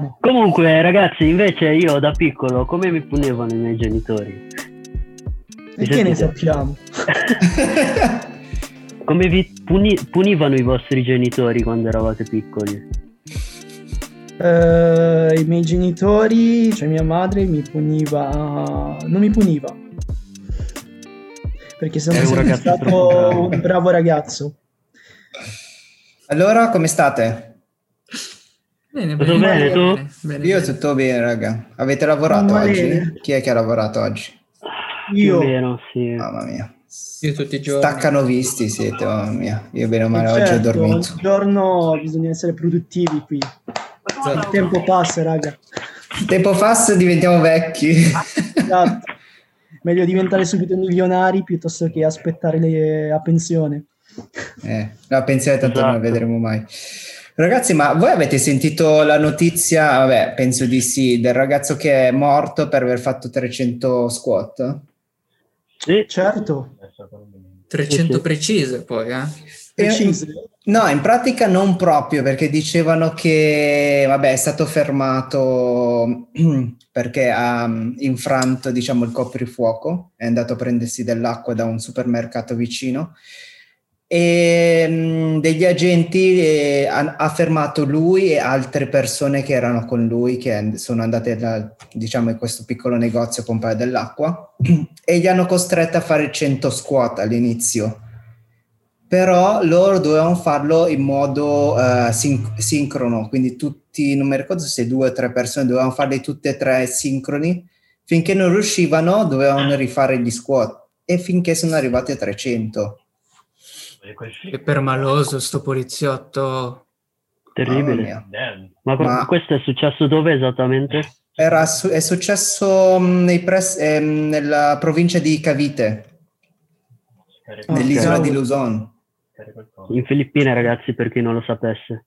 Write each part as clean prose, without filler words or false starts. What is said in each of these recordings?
Comunque, ragazzi, invece io da piccolo, come mi punivano i miei genitori? Perché ne sappiamo? Come vi punivano i vostri genitori quando eravate piccoli? I miei genitori, cioè mia madre, non mi puniva. Perché sono sempre stato un bravo ragazzo. Allora, come state? Bene, Tutto bene, tu? Io tutto bene, raga. Avete lavorato oggi? Chi è che ha lavorato oggi? Io. Più o meno, sì. Mamma mia. Io tutti i giorni. Staccano visti siete, mamma mia. Io bene o male oggi ho dormito. Ogni giorno bisogna essere produttivi qui. Il tempo passa, raga. Il tempo passa e diventiamo vecchi. Esatto. Meglio diventare subito milionari piuttosto che aspettare la pensione. La pensione tanto non la vedremo mai. Ragazzi, ma voi avete sentito la notizia, vabbè, penso di sì, del ragazzo che è morto per aver fatto 300 squat? Sì, certo. 300 precise poi, Precise? No, in pratica non proprio, perché dicevano che, vabbè, è stato fermato perché ha infranto, diciamo, il coprifuoco, è andato a prendersi dell'acqua da un supermercato vicino e degli agenti ha fermato lui e altre persone che erano con lui, che sono andate diciamo, in questo piccolo negozio a pompare dell'acqua e gli hanno costretto a fare 100 squat all'inizio. Però loro dovevano farlo in modo sincrono, quindi tutti, non mi ricordo se 2 o 3 persone dovevano farli tutte e 3 sincroni, finché non riuscivano dovevano rifare gli squat e finché sono arrivati a 300. È permaloso sto poliziotto. Terribile. Ma questo è successo dove esattamente? È successo nella provincia di Cavite, nell'isola di Luzon. In Filippine, ragazzi, per chi non lo sapesse.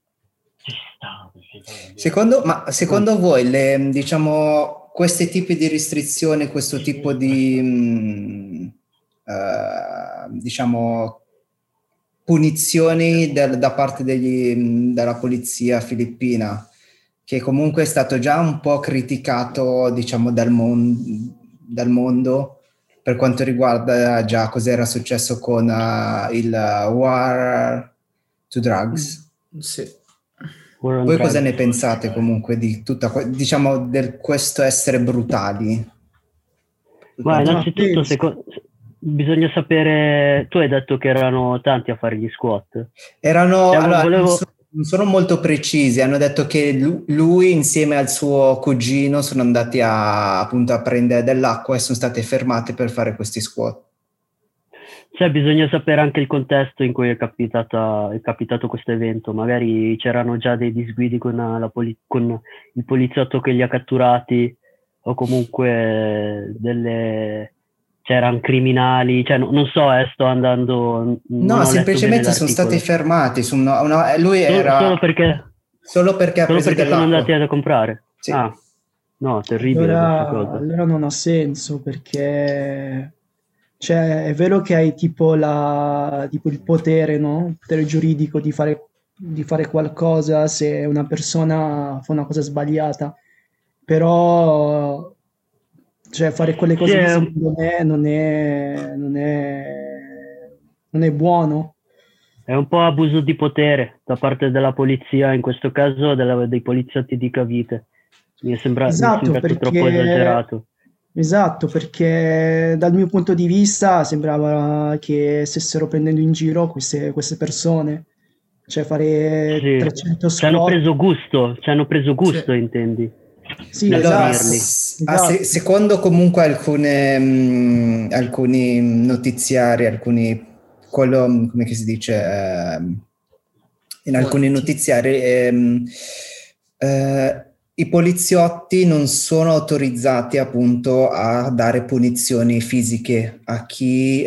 Secondo voi diciamo questi tipi di restrizioni, questo tipo di diciamo punizioni da parte della polizia filippina, che comunque è stato già un po' criticato, diciamo, dal mondo per quanto riguarda già cos'era successo con il war to drugs. Sì. Voi cosa ne pensate comunque di tutta diciamo questo essere brutali? Ma innanzitutto bisogna sapere, tu hai detto che erano tanti a fare gli squat. Non sono molto precisi, hanno detto che lui insieme al suo cugino sono andati appunto a prendere dell'acqua e sono stati fermati per fare questi squat. Cioè bisogna sapere anche il contesto in cui è capitato questo evento, magari c'erano già dei disguidi con il poliziotto che li ha catturati o comunque c'erano criminali, cioè non so, sto andando... No, semplicemente sono stati fermati. Lui era... Solo perché sono andati a comprare? Sì. Ah, no, terribile questa cosa. Allora non ha senso, perché... Cioè, è vero che hai tipo il potere, no? Il potere giuridico di fare qualcosa se una persona fa una cosa sbagliata, però... Cioè, fare quelle cose che secondo me non è buono. È un po' abuso di potere da parte della polizia, in questo caso dei poliziotti di Cavite. Mi è sembrato troppo esagerato. Esatto, perché dal mio punto di vista sembrava che stessero prendendo in giro queste persone. Cioè fare 300 squat. Ci hanno preso gusto, intendi? Sì, allora, esatto. secondo comunque alcuni notiziari, come che si dice, in alcuni notiziari i poliziotti non sono autorizzati appunto a dare punizioni fisiche a chi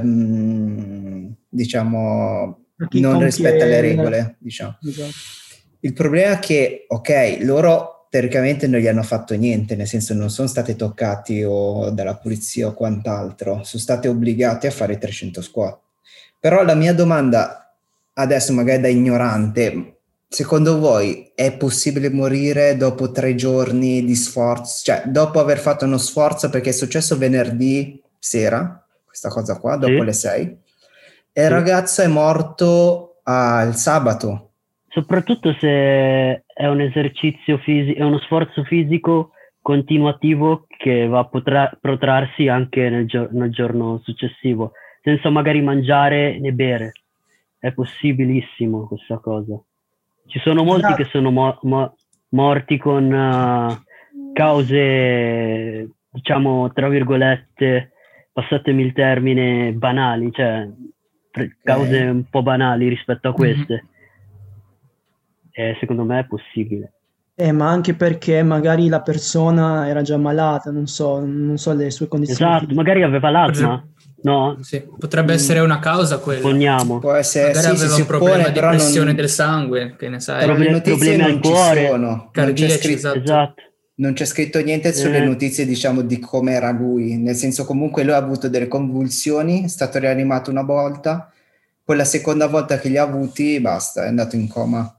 diciamo non rispetta le regole, diciamo. Esatto. Il problema è che loro teoricamente non gli hanno fatto niente, nel senso non sono stati toccati o dalla polizia o quant'altro, sono stati obbligati a fare 300 squat. Però la mia domanda adesso, magari da ignorante, secondo voi è possibile morire dopo 3 giorni di sforzo? Cioè, dopo aver fatto uno sforzo, perché è successo venerdì sera, questa cosa qua, dopo le 6, e il ragazzo è morto il sabato. Soprattutto se è un esercizio fisico, è uno sforzo fisico continuativo che va a protrarsi anche nel giorno successivo, senza magari mangiare né bere. È possibilissimo questa cosa. Ci sono molti che sono morti con cause, diciamo, tra virgolette, passatemi il termine, banali, cioè cause un po' banali rispetto a queste. Secondo me è possibile. Ma anche perché magari la persona era già malata, non so le sue condizioni. Esatto, magari aveva l'asma. No? Sì, potrebbe essere una causa quella. Supponiamo. Può essere, magari aveva un problema di pressione del sangue, che ne sai. Però le notizie problemi non al cuore. sono. Cardiaci, esatto. Non c'è scritto niente sulle notizie, diciamo, di come era lui. Nel senso, comunque lui ha avuto delle convulsioni, è stato rianimato una volta, poi la seconda volta che li ha avuti, basta, è andato in coma.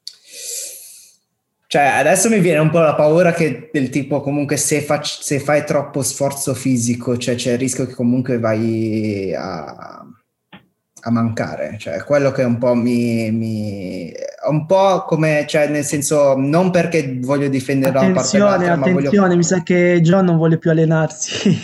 Cioè, adesso mi viene un po' la paura che del tipo, comunque, se fai troppo sforzo fisico, cioè c'è il rischio che comunque vai a mancare. Cioè, quello che un po' un po' come, cioè, nel senso, non perché voglio difendere da una parte o dall'altra, ma attenzione, mi sa che John non vuole più allenarsi.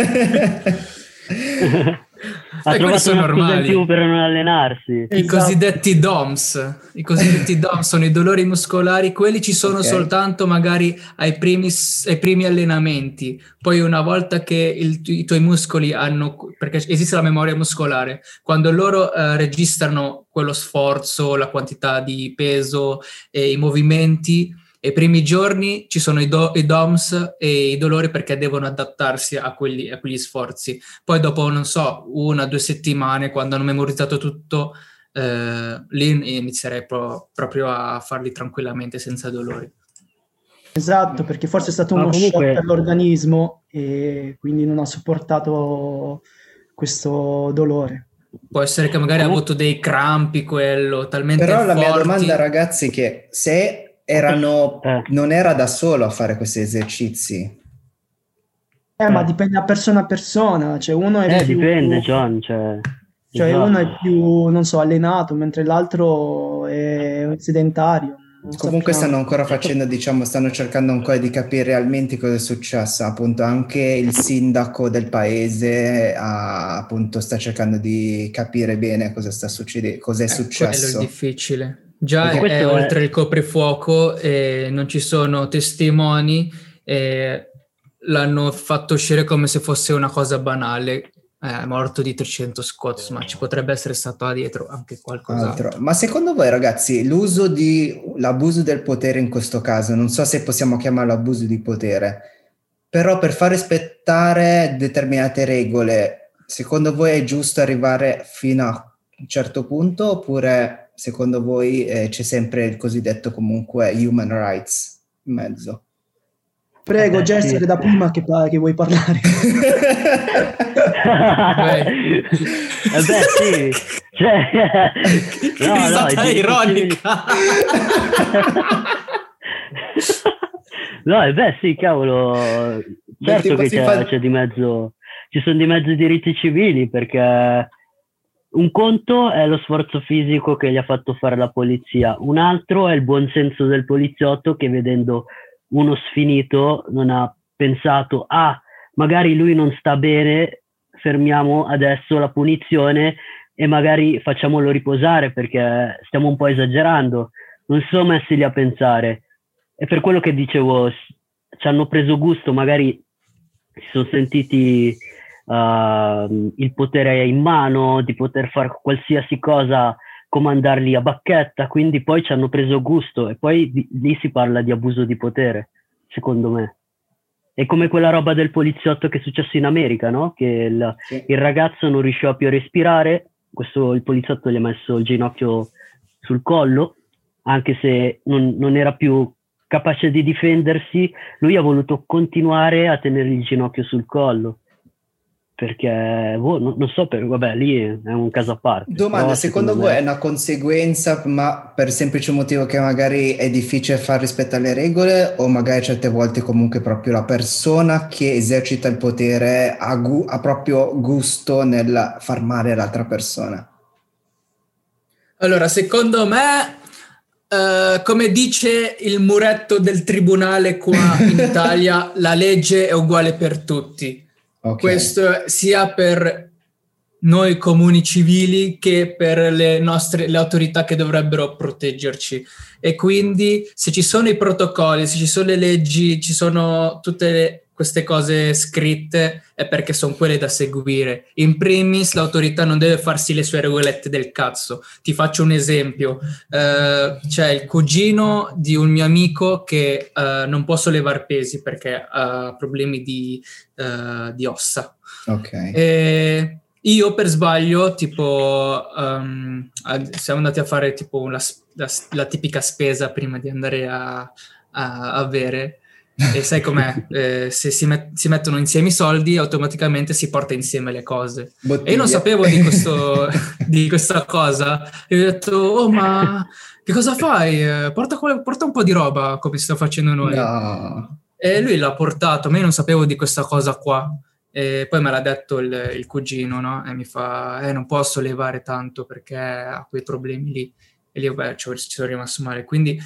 Ha trovato una scusa in più per non allenarsi. I cosiddetti DOMS. I cosiddetti DOMS sono i dolori muscolari, quelli ci sono soltanto magari ai primi allenamenti. Poi una volta che i tuoi muscoli hanno, perché esiste la memoria muscolare, quando loro registrano quello sforzo, la quantità di peso e i movimenti, i primi giorni ci sono i DOMS e i dolori perché devono adattarsi a quegli sforzi. Poi dopo, non so, 1 o 2 settimane, quando hanno memorizzato tutto, lì inizierei proprio a farli tranquillamente senza dolori. Esatto, perché forse è stato uno shock per l'organismo e quindi non ha sopportato questo dolore. Può essere che magari ha avuto dei crampi, quello, talmente Però forti. la mia domanda, ragazzi, è che se non era da solo a fare questi esercizi. Ma dipende da persona a persona, cioè uno è più... dipende, John, cioè esatto. Uno è più, non so, allenato, mentre l'altro è sedentario. Comunque stanno ancora facendo, diciamo, stanno cercando ancora di capire realmente cosa è successo. Appunto, anche il sindaco del paese appunto sta cercando di capire bene cosa sta succedendo, cosa è successo. Quello è difficile. Già è oltre il coprifuoco e non ci sono testimoni e l'hanno fatto uscire come se fosse una cosa banale. È morto di 300 squats, ma ci potrebbe essere stato dietro anche qualcos'altro. Ma secondo voi, ragazzi, l'abuso del potere in questo caso, non so se possiamo chiamarlo abuso di potere, però per far rispettare determinate regole, secondo voi è giusto arrivare fino a un certo punto, oppure secondo voi c'è sempre il cosiddetto comunque human rights in mezzo? Prego, Jessica, sì. Da prima che vuoi parlare. Sì. Cioè, risata ironica. Sì, cavolo. Certo che c'è di mezzo, ci sono di mezzo i diritti civili, perché un conto è lo sforzo fisico che gli ha fatto fare la polizia, un altro è il buon senso del poliziotto che, vedendo uno sfinito, non ha pensato magari lui non sta bene, fermiamo adesso la punizione e magari facciamolo riposare perché stiamo un po' esagerando. Non sono messi lì a pensare, e per quello che dicevo, ci hanno preso gusto, magari si sono sentiti il potere in mano, di poter fare qualsiasi cosa, comandarli a bacchetta, quindi poi ci hanno preso gusto, e poi lì si parla di abuso di potere, secondo me. È come quella roba del poliziotto che è successo in America, no? Che il ragazzo non riusciva più a respirare, il poliziotto gli ha messo il ginocchio sul collo, anche se non era più capace di difendersi, lui ha voluto continuare a tenere il ginocchio sul collo. perché non so, vabbè, lì è un caso a parte. Domanda, però secondo voi è una conseguenza, ma per il semplice motivo che magari è difficile far rispettare le regole, o magari certe volte comunque proprio la persona che esercita il potere ha proprio gusto nel far male all'altra persona? Allora, secondo me, come dice il muretto del tribunale qua in Italia, la legge è uguale per tutti. Okay. Questo sia per noi comuni civili che per le autorità che dovrebbero proteggerci. E quindi se ci sono i protocolli, se ci sono le leggi, ci sono tutte queste cose scritte, è perché sono quelle da seguire. In primis, l'autorità non deve farsi le sue regolette del cazzo. Ti faccio un esempio. C'è il cugino di un mio amico che non può sollevare pesi perché ha problemi di ossa. Ok. E io per sbaglio, tipo, siamo andati a fare tipo la tipica spesa prima di andare a bere. E sai com'è? Se si mettono insieme i soldi, automaticamente si porta insieme le cose. Bottiglia. E io non sapevo di questa cosa. E ho detto, oh, ma che cosa fai? Porta un po' di roba, come stiamo facendo noi. No. E lui l'ha portato, ma io non sapevo di questa cosa qua. E poi me l'ha detto il cugino, no? E mi fa, non posso levare tanto perché ha quei problemi lì. E lì, ci sono rimasto male. Quindi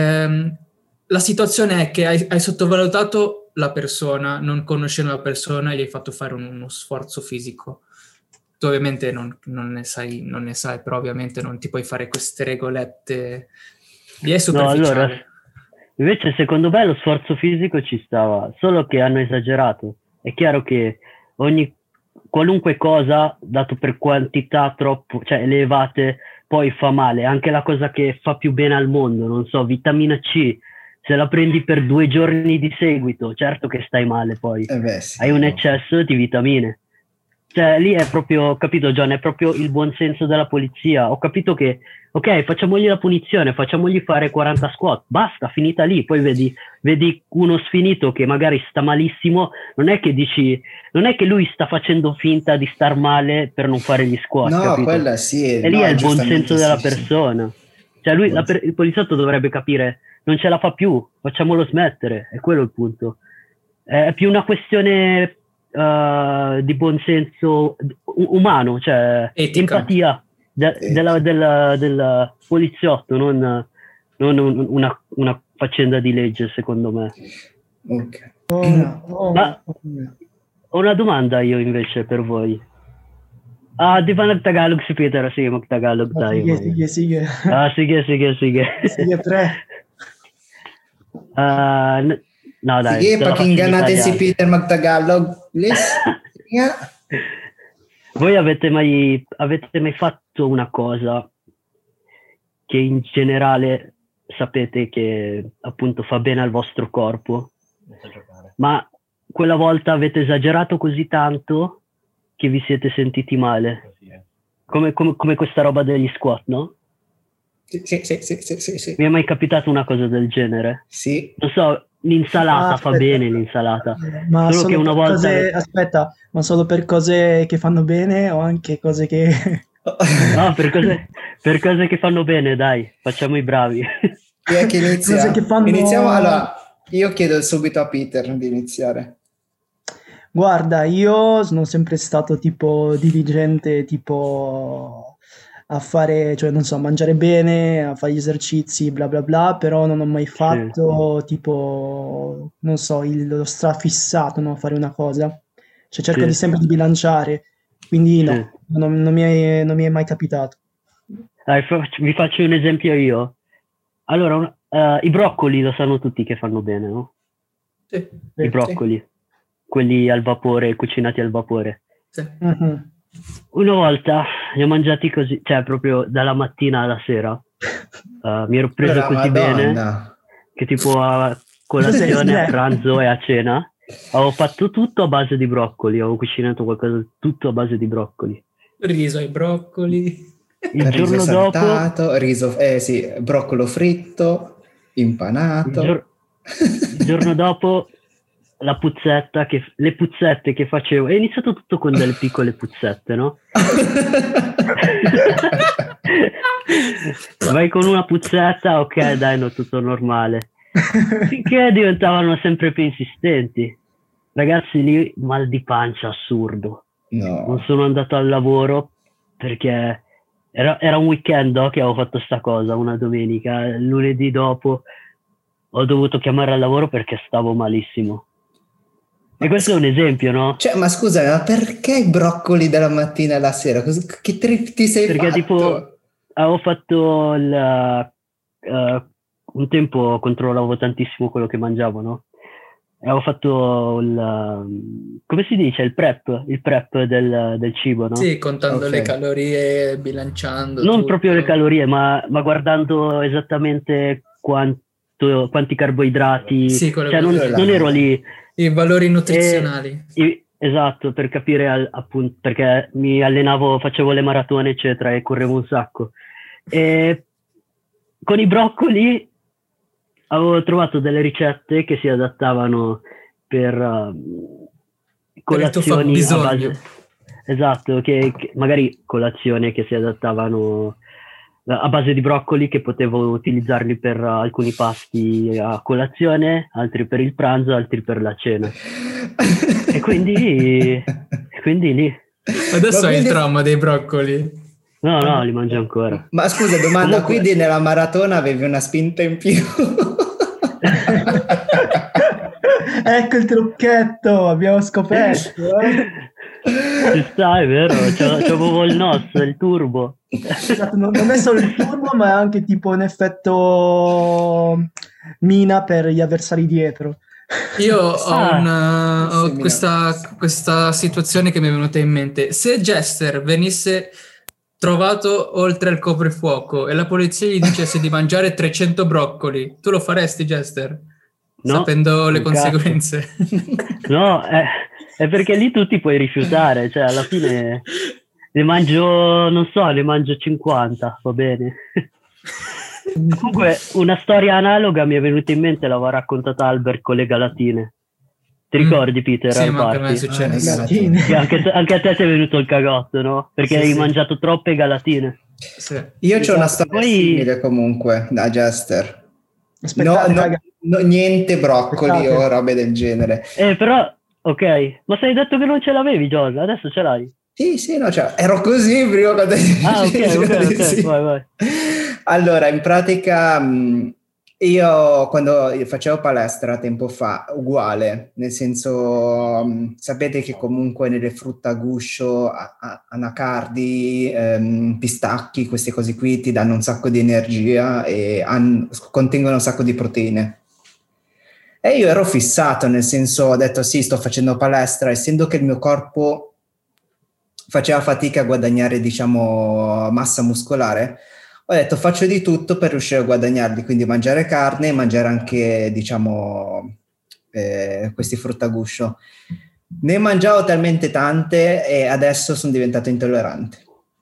la situazione è che hai sottovalutato la persona, non conoscendo la persona, e gli hai fatto fare uno sforzo fisico. Tu ovviamente non ne sai, però ovviamente non ti puoi fare queste regolette. Lì è superficiale. No, allora, invece secondo me lo sforzo fisico ci stava, solo che hanno esagerato. È chiaro che qualunque cosa, dato per quantità troppo, cioè elevate, poi fa male. Anche la cosa che fa più bene al mondo, non so, vitamina C, se la prendi per 2 giorni di seguito, certo che stai male poi. Sì, hai un eccesso di vitamine. Cioè lì è proprio, capito John, è proprio il buon senso della polizia. Ho capito che, ok, facciamogli la punizione, facciamogli fare 40 squat, basta, finita lì. Poi vedi uno sfinito che magari sta malissimo, non è che lui sta facendo finta di star male per non fare gli squat, no, capito? Quella sì. E lì è il buon senso della persona. Cioè lui, il poliziotto dovrebbe capire, non ce la fa più, facciamolo smettere, è quello il punto. È più una questione di buon senso umano, cioè etica. Empatia del poliziotto, non una faccenda di legge, secondo me. Okay. Ma ho una domanda io invece per voi. Di ba nagtagalog si Peter? Sige, magtagalog tayo. Sige. Sige, pre. No, dai. Sige, pakinggan natin si Peter magtagalog. Please. Voi avete mai fatto una cosa che in generale sapete che appunto fa bene al vostro corpo, ma quella volta avete esagerato così tanto che vi siete sentiti male? Come questa roba degli squat, no? Sì. Mi è mai capitato una cosa del genere? Sì. Non so, l'insalata fa bene, l'insalata. Ma solo che una volta... Aspetta, ma solo per cose che fanno bene o anche cose che... No, per cose che fanno bene, dai, facciamo i bravi. Chi è che inizia? Cose che fanno... Iniziamo, allora, io chiedo subito a Peter di iniziare. Guarda, io sono sempre stato tipo diligente, tipo a fare, cioè non so, a mangiare bene, a fare gli esercizi, bla bla bla, però non ho mai fatto tipo, non so, lo strafissato, no, a fare una cosa. Cioè cerco sempre di bilanciare, quindi no, non mi è mai capitato. Vi faccio un esempio io. Allora, i broccoli lo sanno tutti che fanno bene, no? Sì. I broccoli. Quelli al vapore, cucinati al vapore. Sì. Uh-huh. Una volta li ho mangiati così, cioè proprio dalla mattina alla sera. Mi ero preso così bene che tipo a colazione, a pranzo e a cena avevo fatto tutto a base di broccoli, avevo cucinato qualcosa tutto a base di broccoli. Riso ai broccoli. Il giorno dopo broccolo fritto, impanato. Il giorno dopo la puzzetta, le puzzette che facevo. È iniziato tutto con delle piccole puzzette, no? Vai con una puzzetta, ok, dai, no, tutto normale. Finché diventavano sempre più insistenti. Ragazzi, lì mal di pancia assurdo. No. Non sono andato al lavoro perché era un weekend che avevo fatto sta cosa, una domenica. Lunedì dopo ho dovuto chiamare al lavoro perché stavo malissimo. E questo è un esempio, no? Cioè, ma scusa, ma perché i broccoli dalla mattina alla sera? Che trip ti sei Perché fatto? tipo avevo fatto un tempo controllavo tantissimo quello che mangiavo, no? Avevo fatto come si dice? Il prep del cibo, no? Sì, contando Ok. le calorie, bilanciando. Non tutto. proprio le calorie, ma guardando esattamente quanti carboidrati. Sì, quello Cioè, che non volevo. ero lì. I valori nutrizionali. Esatto, per capire appunto, perché mi allenavo, facevo le maratone, eccetera, e correvo un sacco. E con i broccoli avevo trovato delle ricette che si adattavano per Per il tuo colazioni a fabbisogno. base. Esatto, che magari colazioni che si adattavano a base di broccoli, che potevo utilizzarli per alcuni pasti a colazione, altri per il pranzo, altri per la cena. E quindi lì. Adesso Ma hai il quindi- trauma dei broccoli. No, li mangio ancora. Ma scusa, domanda, Comunque- quindi nella maratona avevi una spinta in più? Ecco il trucchetto, abbiamo scoperto. Ci sta, è vero, c'avevo il NOS, il turbo. Esatto, non è solo il turbo, ma è anche tipo un effetto mina per gli avversari dietro. Io ho Sì, questa situazione che mi è venuta in mente. Se Jester venisse trovato oltre il coprifuoco e la polizia gli dicesse di mangiare 300 broccoli, tu lo faresti, Jester? No, Sapendo le un cazzo. conseguenze. No, è perché lì tu ti puoi rifiutare, cioè alla fine ne mangio, non so, ne mangio 50, va bene. Comunque una storia analoga mi è venuta in mente, l'avevo raccontata Albert con le galatine. Ti ricordi, Peter? Sì, al ma anche a me è party? successo. Galatine. Che anche a te ti è venuto il cagotto, no? Perché Sì, hai sì. mangiato troppe galatine. Sì. Io c'ho una Esatto. storia Poi- simile comunque da Jester. Aspettate, No, raga. niente broccoli Aspettate. o robe del genere. Però, ok, ma sei detto che non ce l'avevi, Giorgio, adesso ce l'hai. Sì, no, cioè, ero così prima quando Ah, ok, Sì. vai. Allora, in pratica, io quando facevo palestra tempo fa, uguale, nel senso, sapete che comunque nelle frutta a guscio, anacardi, pistacchi, queste cose qui ti danno un sacco di energia e contengono un sacco di proteine. E io ero fissato, nel senso, ho detto sì, sto facendo palestra, essendo che il mio corpo faceva fatica a guadagnare, diciamo, massa muscolare, ho detto faccio di tutto per riuscire a guadagnarli, quindi mangiare carne e mangiare anche, diciamo, questi fruttaguscio. Ne mangiavo talmente tante e adesso sono diventato intollerante.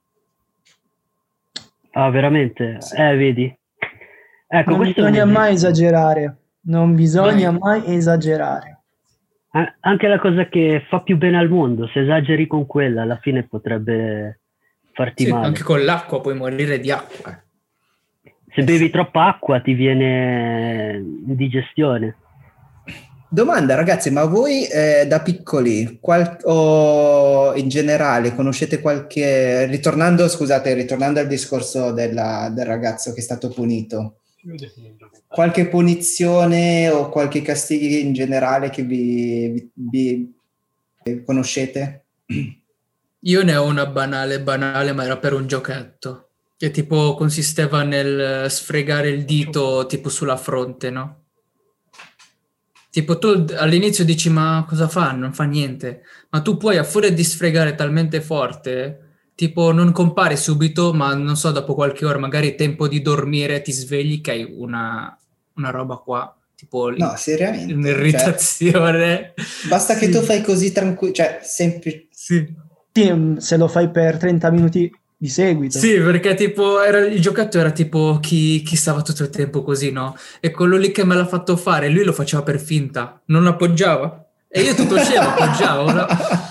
Ah, veramente? Sì. Vedi? Ecco, Non questo è un bisogna mai esempio. esagerare. Non bisogna mai esagerare. Anche la cosa che fa più bene al mondo, se esageri con quella, alla fine potrebbe farti Sì, male. anche con l'acqua puoi morire di acqua. Se bevi troppa acqua ti viene indigestione. Domanda ragazzi, ma voi da piccoli o in generale conoscete qualche, ritornando al discorso del ragazzo che è stato punito, qualche punizione o qualche castigo in generale che vi conoscete? Io ne ho una banale, ma era per un giochetto, che tipo consisteva nel sfregare il dito tipo sulla fronte, no? Tipo tu all'inizio dici ma cosa fa? Non fa niente. Ma tu puoi a furia di sfregare talmente forte, tipo non compari subito, ma non so, dopo qualche ora, magari tempo di dormire, ti svegli che hai una roba qua, tipo No, seriamente? un'irritazione. Basta che Sì. tu fai così tranquillo, cioè sempre... Sì. Sì, se lo fai per 30 minuti di seguito. Sì, perché tipo il giochetto era tipo chi stava tutto il tempo così, no? E quello lì che me l'ha fatto fare, lui lo faceva per finta, non appoggiava. E io tutto scemo, appoggiavo, no?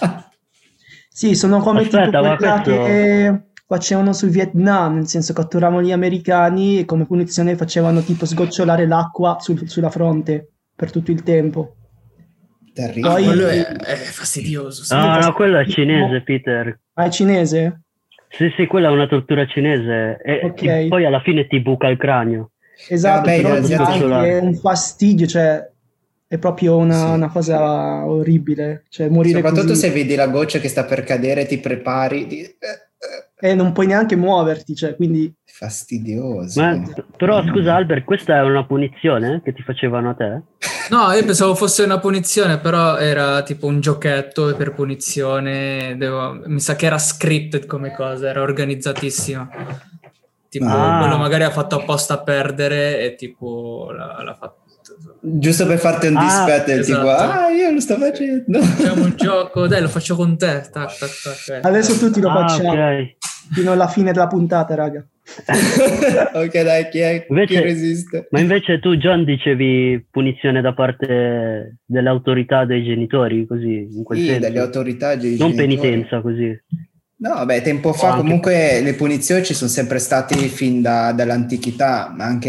Sì, sono come Aspetta, tipo ma quella questo- che facevano sul Vietnam, nel senso catturavano gli americani e come punizione facevano tipo sgocciolare l'acqua sulla fronte per tutto il tempo. Terribile. Poi- Quello è fastidioso. sì. No, quello è cinese, Peter. Ah, è cinese? Sì, quella è una tortura cinese. E Ok. poi alla fine ti buca il cranio. Esatto, vabbè, però gli dà asiatici- anche un fastidio, cioè è proprio Sì. una cosa orribile, cioè morire Soprattutto così se vedi la goccia che sta per cadere, ti prepari. e non puoi neanche muoverti, cioè, quindi Fastidioso. Però Mamma scusa mia. Albert, questa è una punizione che ti facevano a te? No, io pensavo fosse una punizione, però era tipo un giochetto e per punizione. Mi sa che era scripted come cosa, era organizzatissima. Tipo, Ah. quello magari ha fatto apposta a perdere e tipo l'ha fatto. Giusto per farti un dispetto, è tipo, esatto. io lo sto facendo. Facciamo un gioco, dai, lo faccio con te. Tac, tac, tac. adesso tutti lo facciamo Ok. fino alla fine della puntata, raga. Ok, dai, chi è Invece- che resiste? Ma invece tu, John, dicevi punizione da parte delle autorità dei genitori, così, in quel Sì, senso. dalle autorità dei Non genitori. penitenza, così. No, vabbè, tempo fa anche- comunque le punizioni ci sono sempre state fin dall'antichità, ma anche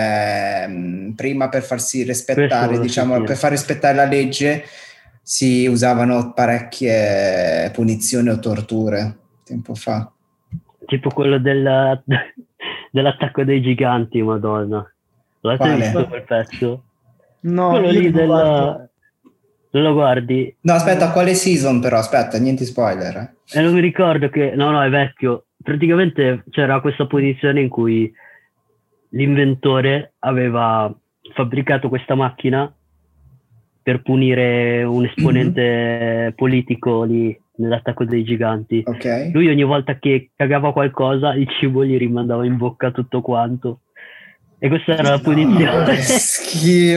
prima per farsi Questo rispettare, volevo diciamo, sentire. per far rispettare la legge si usavano parecchie punizioni o torture tempo fa. Tipo quello dell'attacco dei giganti, Madonna. L'avete Quale? visto quel pezzo? No, Quello io lì non guardo. non lo guardi? No, aspetta, quale season però? Aspetta, niente spoiler. E non mi ricordo che... No, è vecchio. Praticamente c'era questa posizione in cui l'inventore aveva fabbricato questa macchina per punire un esponente politico lì nell'attacco dei giganti. Ok. Lui ogni volta che cagava qualcosa, il cibo gli rimandava in bocca tutto quanto. E questa era la No, punizione. che schifo,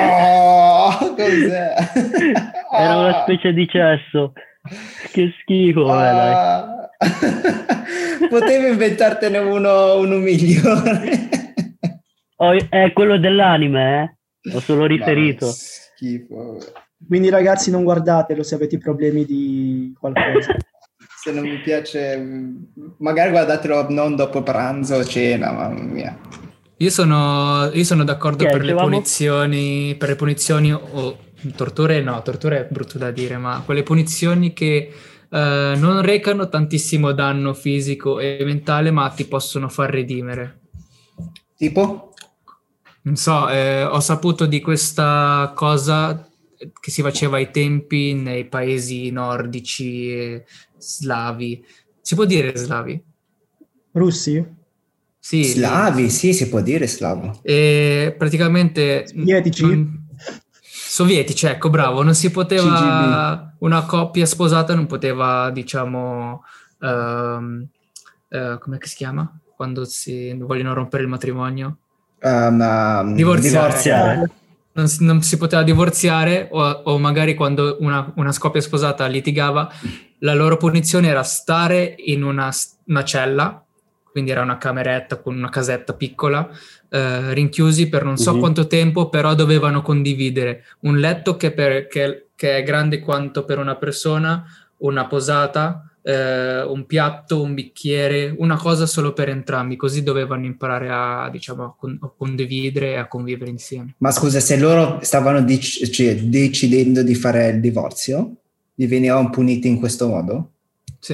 no! Cos'è? Era una specie di cesso. Che schifo, vabbè, dai. Ah. Potevi inventartene uno migliore. È quello dell'anime, Ho solo riferito. Ma schifo. Quindi ragazzi non guardatelo se avete problemi di qualcosa. Se non mi piace, magari guardatelo non dopo pranzo o cena, mamma mia. Io sono d'accordo Ok, per le dicevamo? punizioni o torture, no, torture è brutto da dire, ma quelle punizioni che non recano tantissimo danno fisico e mentale, ma ti possono far redimere. Tipo? Non so, ho saputo di questa cosa che si faceva ai tempi nei paesi nordici e slavi. Si può dire slavi? Russi? Sì. Slavi, sì, si può dire slavo. E praticamente Sovietici? sovietici, ecco, bravo, non si poteva, CGB. una coppia sposata non poteva, diciamo, come si chiama? Quando si vogliono rompere il matrimonio? Divorziare. Non si poteva divorziare o magari quando una coppia sposata litigava, la loro punizione era stare in una cella, quindi era una cameretta con una casetta piccola, rinchiusi per non so quanto tempo, però dovevano condividere un letto che è grande quanto per una persona, una posata, un piatto, un bicchiere, una cosa solo per entrambi, così dovevano imparare a condividere e a convivere insieme. Ma scusa, se loro stavano decidendo di fare il divorzio, gli venivano puniti in questo modo? Sì.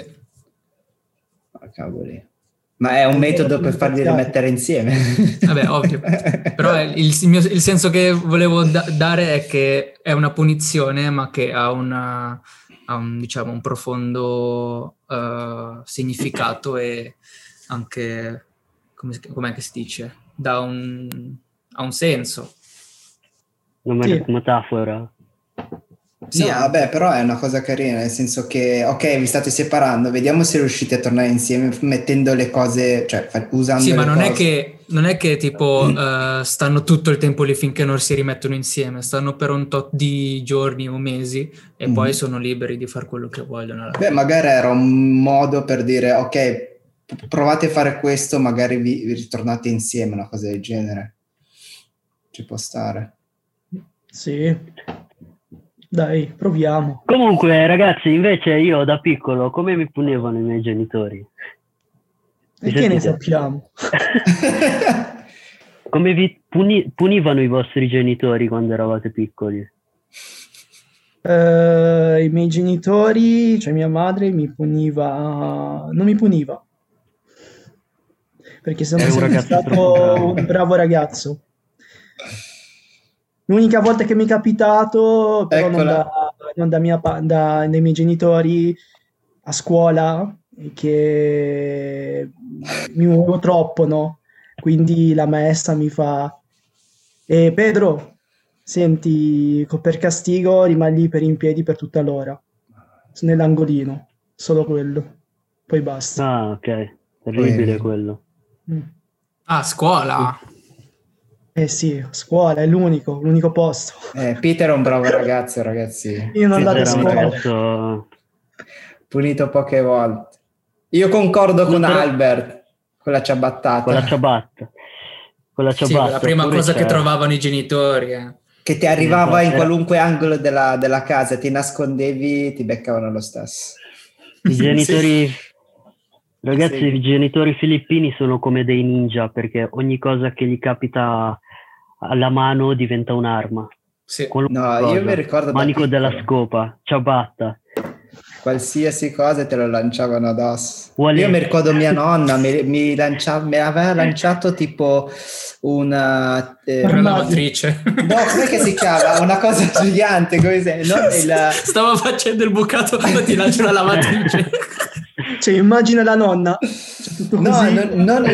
Ah, cavoli. Ma è un metodo per farli rimettere insieme. Vabbè, ovvio. Però il senso che volevo dare è che è una punizione, ma che ha un diciamo, un profondo significato e anche, com'è che si dice? Ha un senso. Una Sì. metafora. Sì, No, vabbè, però è una cosa carina, nel senso che, ok, vi state separando, vediamo se riuscite a tornare insieme mettendo le cose, cioè usando sì, le ma cose. non è che tipo stanno tutto il tempo lì finché non si rimettono insieme, stanno per un tot di giorni o mesi e poi sono liberi di fare quello che vogliono. Beh, magari era un modo per dire, ok, provate a fare questo, magari vi ritornate insieme, una cosa del genere. Ci può stare. Sì. Dai, proviamo. Comunque, ragazzi, invece io da piccolo, come mi punivano i miei genitori? E che ne sappiamo? Come vi punivano i vostri genitori quando eravate piccoli? I miei genitori, cioè mia madre, non mi puniva. Perché sono sempre stato un bravo ragazzo. L'unica volta che mi è capitato, però non dai miei genitori, a scuola, che mi muovevo troppo, no? Quindi la maestra mi fa: Pedro, senti, per castigo rimani lì in piedi per tutta l'ora, nell'angolino, solo quello, poi basta. Ah, ok, terribile quello. Ah, scuola! Sì, scuola è l'unico posto. Peter è un bravo ragazzo, ragazzi. Io non andavo a scuola. Ragazzo... Punito poche volte. Io concordo con Albert, con la ciabattata. Con la ciabatta. Sì, la prima cosa che trovavano i genitori. Che ti arrivava in qualunque angolo della casa, ti nascondevi, ti beccavano lo stesso. I genitori... Ragazzi, i genitori filippini sono come dei ninja, perché ogni cosa che gli capita alla mano diventa un'arma. Sì. Io mi ricordo manico della scopa, ciabatta. Qualsiasi cosa te lo lanciavano addosso. Io mi ricordo mia nonna mi aveva lanciato tipo una lavatrice. No, com'è che si chiama? Una cosa gigante, come se stavo facendo il bucato, ti lancio una lavatrice. Cioè, immagina la nonna. Tutto così. Non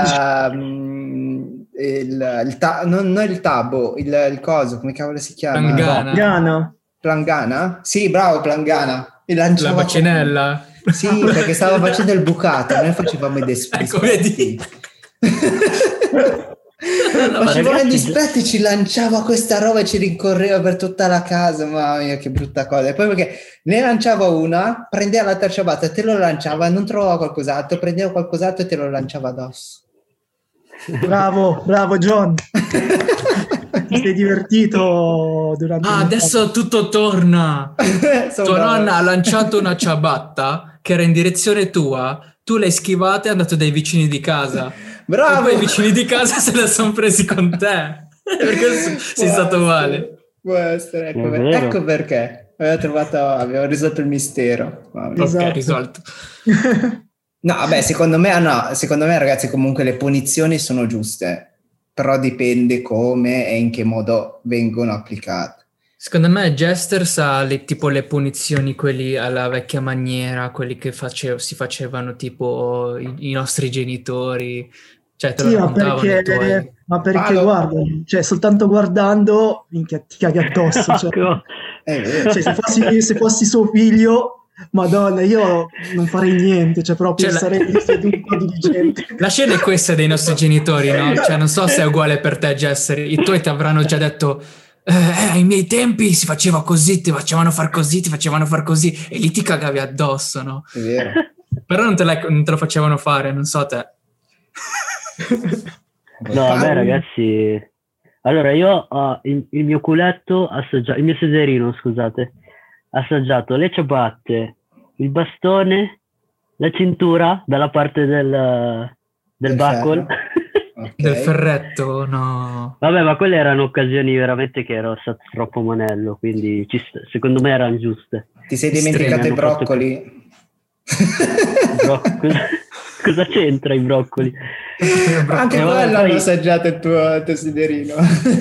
il tabo, il coso, come cavolo si chiama? Plangana? Sì, bravo, Plangana. La bacinella? Sì, perché stavo facendo il bucato, noi facevamo i dispetti. Ecco, vedi? Facevamo i dispetti, ci lanciava questa roba e ci rincorreva per tutta la casa. Mamma mia, che brutta cosa. E poi perché ne lanciava una, prendeva la terza ciabatta, te lo lanciava, non trovava qualcos'altro, prendeva qualcos'altro e te lo lanciava addosso. Bravo John. Ti sei divertito durante adesso tutto torna. Tua nonna ha lanciato una ciabatta che era in direzione tua, tu l'hai schivata e è andato dai vicini di casa. Bravo! E poi i vicini di casa se la sono presi con te. Perché sei stato male. Può essere, ecco perché abbiamo risolto il mistero. Ok, risolto. No, vabbè, secondo me ragazzi, comunque le punizioni sono giuste, però dipende come e in che modo vengono applicate. Secondo me Jester sa tipo le punizioni, quelli alla vecchia maniera, quelli che si facevano tipo i nostri genitori, cioè te lo raccontavano ma perché guarda, cioè soltanto guardando minchia, ti caghi addosso, cioè, se fossi suo figlio, Madonna, io non farei niente, cioè proprio sarei seduto diligente. La scena è questa dei nostri genitori, no? Cioè non so se è uguale per te, Jester, i tuoi ti avranno già detto ai miei tempi si faceva così, ti facevano far così, e lì ti cagavi addosso, no? È vero. Però non te lo facevano fare, non so te. No, a me ragazzi, allora io il mio culetto il mio sederino, scusate, assaggiato le ciabatte, il bastone, la cintura dalla parte del buckle. Okay. Del ferretto, no. Vabbè, ma quelle erano occasioni veramente che ero stato troppo monello, quindi secondo me erano giuste. Ti sei dimenticato i broccoli? Cosa c'entra i broccoli? Anche quello hanno assaggiato il tuo sederino.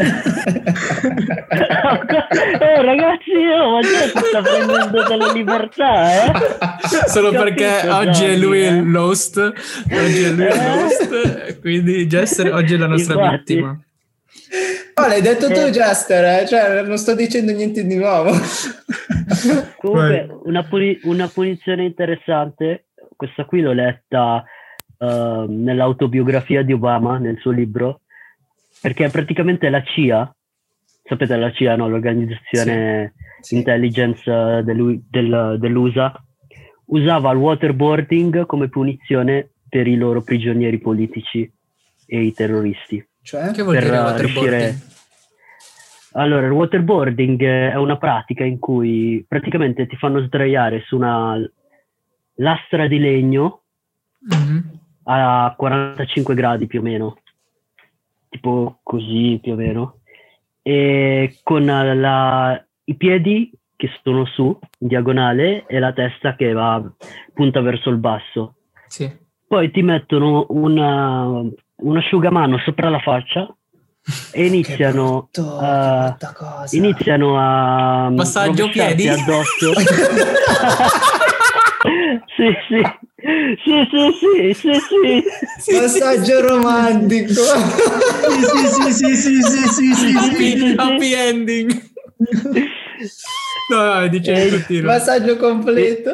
Ragazzi, ma ti sta prendendo dalla libertà, Solo perché oggi è lui il host. Quindi Jester oggi è la nostra vittima. Oh, l'hai detto tu, Jester, cioè non sto dicendo niente di nuovo. Comunque una punizione interessante, questa qui l'ho letta nell'autobiografia di Obama, nel suo libro, perché praticamente la CIA, sapete la CIA, no? L'organizzazione intelligence dell'USA, usava il waterboarding come punizione per i loro prigionieri politici e i terroristi. Cioè? Che vuol dire waterboarding? Allora, il waterboarding è una pratica in cui praticamente ti fanno sdraiare su una lastra di legno a 45 gradi più o meno, tipo così più o meno, e con i piedi che sono su in diagonale e la testa che punta verso il basso. Sì. Poi ti mettono un asciugamano sopra la faccia e iniziano a massaggio piedi addosso. sì. Massaggio romantico. sì. Happy ending. No, dicevi continuo. Massaggio completo.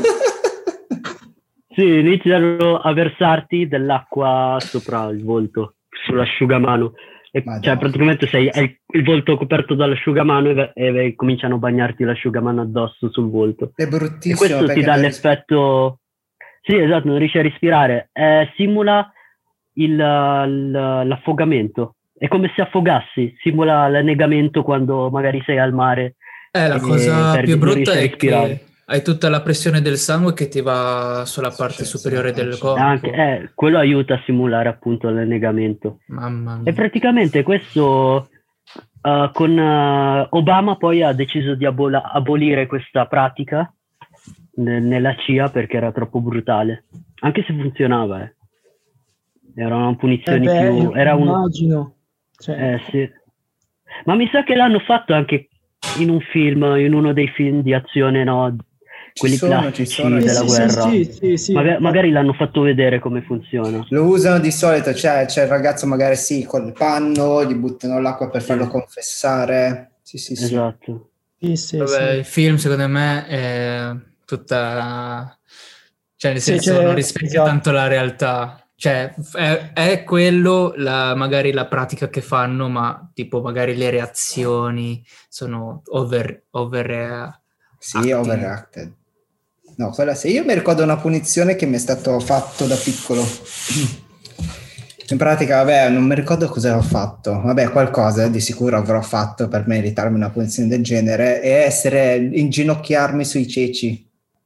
Sì, iniziano a versarti dell'acqua sopra il volto, sull'asciugamano. Cioè praticamente hai il volto coperto dall'asciugamano e cominciano a bagnarti l'asciugamano addosso sul volto. È bruttissimo. E questo ti dà l'effetto... Sì, esatto, non riesci a respirare. Simula l'affogamento. È come se affogassi, simula l'annegamento quando magari sei al mare. La cosa più brutta è che hai tutta la pressione del sangue che ti va sulla parte superiore del corpo. Quello aiuta a simulare appunto l'annegamento. Mamma mia. E praticamente questo con Obama poi ha deciso di abolire questa pratica nella CIA perché era troppo brutale, anche se funzionava. Erano punizioni più... immagino. Sì. Ma mi sa che l'hanno fatto anche in un film, in uno dei film di azione, no? Quelli classici della guerra. Sì. Magari l'hanno fatto vedere come funziona. Lo usano di solito, c'è il ragazzo magari col panno, gli buttano l'acqua per farlo confessare. Sì. Esatto. Vabbè, il film secondo me è tutta... Cioè nel senso non rispecchia tanto la realtà. Cioè è quello magari la pratica che fanno, ma tipo magari le reazioni sono overreacted. No, quella sì. Io mi ricordo una punizione che mi è stato fatto da piccolo. In pratica, non mi ricordo cosa ho fatto. Qualcosa di sicuro avrò fatto per meritarmi una punizione del genere, e inginocchiarmi sui ceci.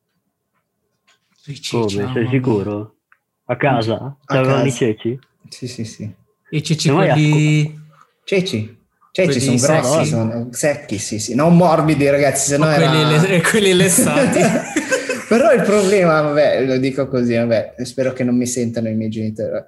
Come? Sei sicuro? A casa? C'avevano i ceci? Sì. I ceci quelli... Ceci sono grossi, sono secchi, sì. Non morbidi, ragazzi, sennò quelli lessati. Però il problema, lo dico così, spero che non mi sentano i miei genitori.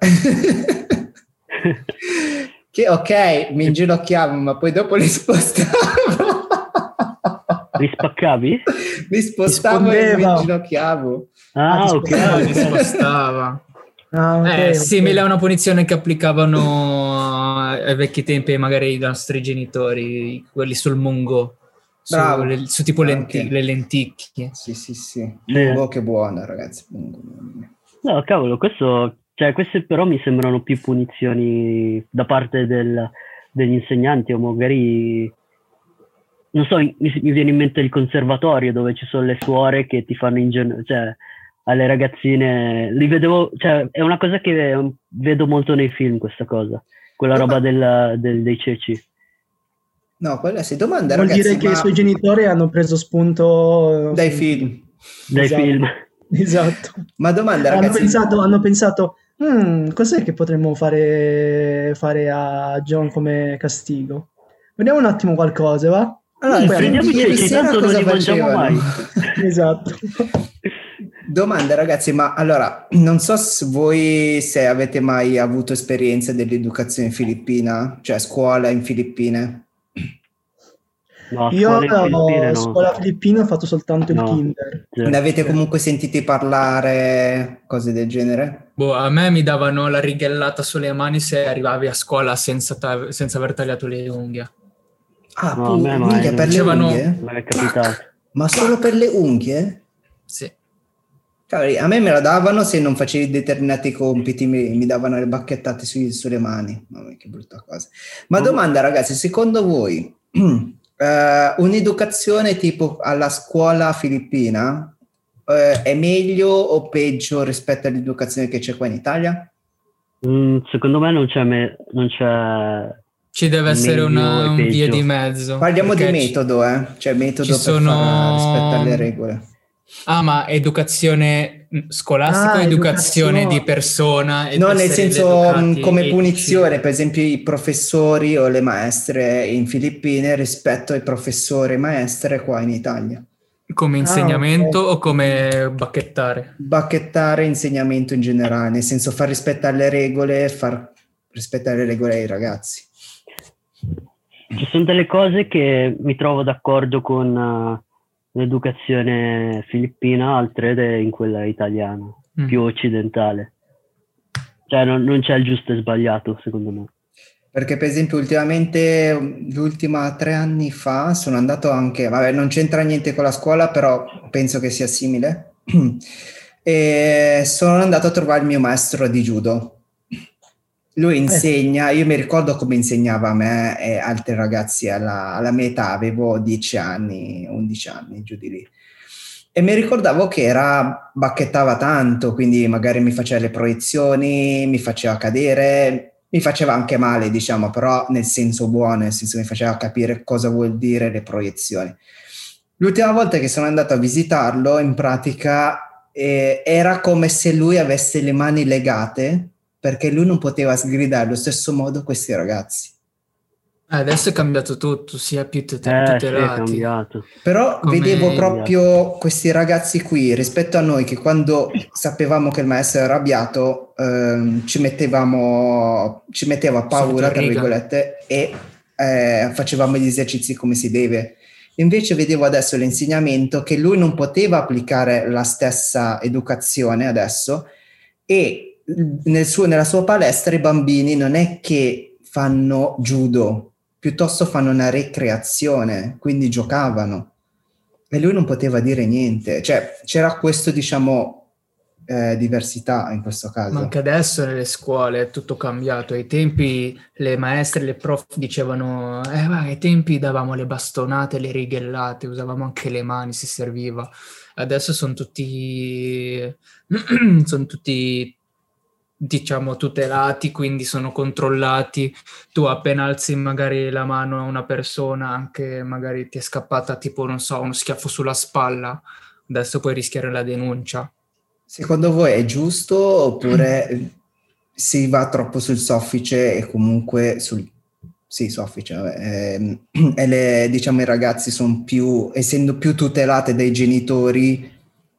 Che ok, mi inginocchiavo, ma poi dopo li spostavo. Li spaccavi? Li spostavo e mi inginocchiavo. Ok. Li spostava. Simile a una punizione che applicavano ai vecchi tempi magari i nostri genitori, quelli sul mungo. Su tipo le lenticchie. Sì. Mungo, che buona, ragazzi. Mungo. No, cavolo, queste però mi sembrano più punizioni da parte degli insegnanti, o magari, non so, mi viene in mente il conservatorio dove ci sono le suore che ti fanno alle ragazzine, li vedevo, è una cosa che vedo molto nei film, questa cosa, quella roba dei ceci. No, quella si domanda, vuol ragazzi, dire che i suoi genitori hanno preso spunto dai film. Film. Esatto. Ma domanda, ragazzi, hanno pensato cos'è che potremmo fare a John come castigo? Vediamo un attimo qualcosa, va? Allora, prendiamo i ceci, tanto non li mangiamo mai. Esatto. Domanda, ragazzi, ma allora, non so se voi avete mai avuto esperienza dell'educazione filippina, cioè scuola in Filippine. No, io scuola filippina ho fatto soltanto il kinder. Ne avete comunque sentiti parlare, cose del genere? A me mi davano la righellata sulle mani se arrivavi a scuola senza aver tagliato le unghie. Minchia, per le unghie? Non è capitato. Ma solo per le unghie? Sì. Cavoli, a me la davano se non facevi determinati compiti, mi davano le bacchettate sulle mani. Mamma mia, che brutta cosa. Ma domanda, ragazzi, secondo voi un'educazione tipo alla scuola filippina è meglio o peggio rispetto all'educazione che c'è qua in Italia? Secondo me non c'è Ci deve essere meglio un e via peggio. di mezzo. Parliamo di perché metodo, cioè metodo ci per far rispettare le sono... regole. Ah, ma educazione scolastica o educazione di Educazione. persona e No, per nel essere senso educati, come etici? punizione, per esempio i professori o le maestre in Filippine rispetto ai professori e maestre qua in Italia. Come Ok. insegnamento o come bacchettare? Bacchettare insegnamento in generale, nel senso far rispettare le regole, far rispettare le regole ai ragazzi. Ci sono delle cose che mi trovo d'accordo con l'educazione filippina, altre in quella italiana, più occidentale. Cioè non c'è il giusto e sbagliato, secondo me. Perché per esempio ultimamente, l'ultima 3 anni fa, sono andato anche, vabbè non c'entra niente con la scuola, però penso che sia simile, e sono andato a trovare il mio maestro di judo. Lui insegna, io mi ricordo come insegnava a me e altri ragazzi alla mia età, avevo 10 anni, 11 anni, giù di lì. E mi ricordavo che bacchettava tanto, quindi magari mi faceva le proiezioni, mi faceva cadere, mi faceva anche male, diciamo, però nel senso buono, nel senso mi faceva capire cosa vuol dire le proiezioni. L'ultima volta che sono andato a visitarlo, in pratica, era come se lui avesse le mani legate, perché lui non poteva sgridare allo stesso modo questi ragazzi. Adesso è cambiato tutto, si è più Sì, è tutelati. cambiato. Però Come- vedevo proprio questi ragazzi qui rispetto a noi che quando sapevamo che il maestro era arrabbiato ci metteva paura, tra riga. virgolette, e facevamo gli esercizi come si deve. Invece vedevo adesso l'insegnamento che lui non poteva applicare la stessa educazione adesso, e nella sua palestra i bambini non è che fanno judo, piuttosto fanno una ricreazione, quindi giocavano, e lui non poteva dire niente, cioè c'era questo, diciamo, diversità in questo caso. Ma anche adesso nelle scuole è tutto cambiato. Ai tempi le maestre, le prof dicevano ai tempi davamo le bastonate, le righellate, usavamo anche le mani se serviva. Adesso sono tutti diciamo tutelati, quindi sono controllati. Tu appena alzi magari la mano a una persona, anche magari ti è scappata tipo, non so, uno schiaffo sulla spalla, adesso puoi rischiare la denuncia. Secondo voi è giusto oppure si va troppo sul soffice e comunque soffice, vabbè, e diciamo i ragazzi sono più, essendo più tutelate dai genitori,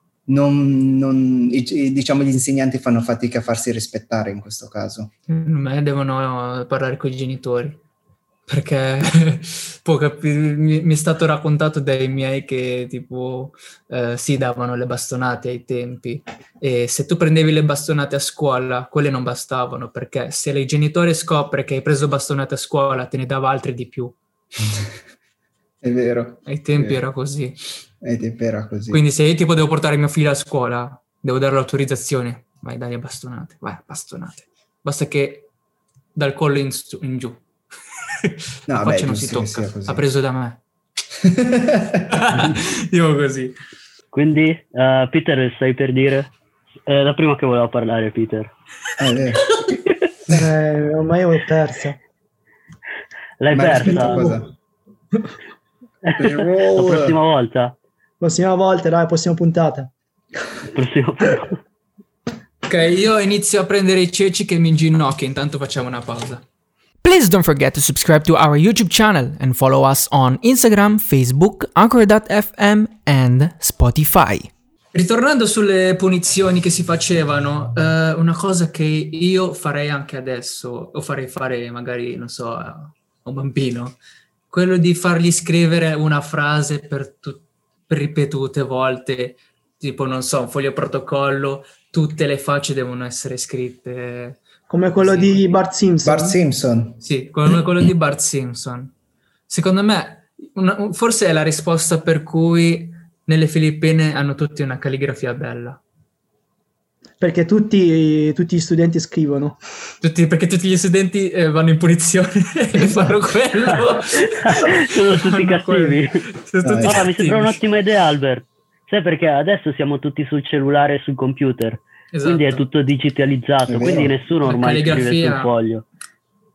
diciamo gli insegnanti fanno fatica a farsi rispettare in questo caso. Me devono parlare con i genitori, perché mi è stato raccontato dai miei che tipo si davano le bastonate ai tempi, e se tu prendevi le bastonate a scuola quelle non bastavano, perché se il genitore scopre che hai preso bastonate a scuola te ne dava altre di più. È vero. Ai tempi era così. Ai tempi era così. Quindi se io tipo devo portare mio figlio a scuola, devo dare l'autorizzazione, vai, dai le bastonate, vai, bastonate. Basta che dal collo in giù. La faccia non si tocca, ha preso da me. Io così. Quindi, Peter, stai per dire? La prima che volevo parlare, Peter. Ormai ho persa. L'hai persa? Cosa? La prossima volta? Prossima volta, dai, prossima puntata. Ok, io inizio a prendere i ceci che mi inginocchia, intanto facciamo una pausa. Please don't forget to subscribe to our YouTube channel and follow us on Instagram, Facebook, Anchor.fm and Spotify. Ritornando sulle punizioni che si facevano, una cosa che io farei anche adesso, o farei fare magari, non so, a un bambino, quello di fargli scrivere una frase per ripetute volte, tipo, non so, un foglio protocollo, tutte le facce devono essere scritte. Come quello di Bart Simpson. Bart Simpson. Sì, come quello di Bart Simpson. Secondo me, forse è la risposta per cui nelle Filippine hanno tutti una calligrafia bella. Perché tutti gli studenti scrivono. Perché tutti gli studenti vanno in punizione e fanno quello. Sono tutti cattivi. Mi sembra un'ottima idea, Albert. Sai perché adesso siamo tutti sul cellulare e sul computer. Esatto. Quindi è tutto digitalizzato, quindi nessuno ormai scrive sul foglio.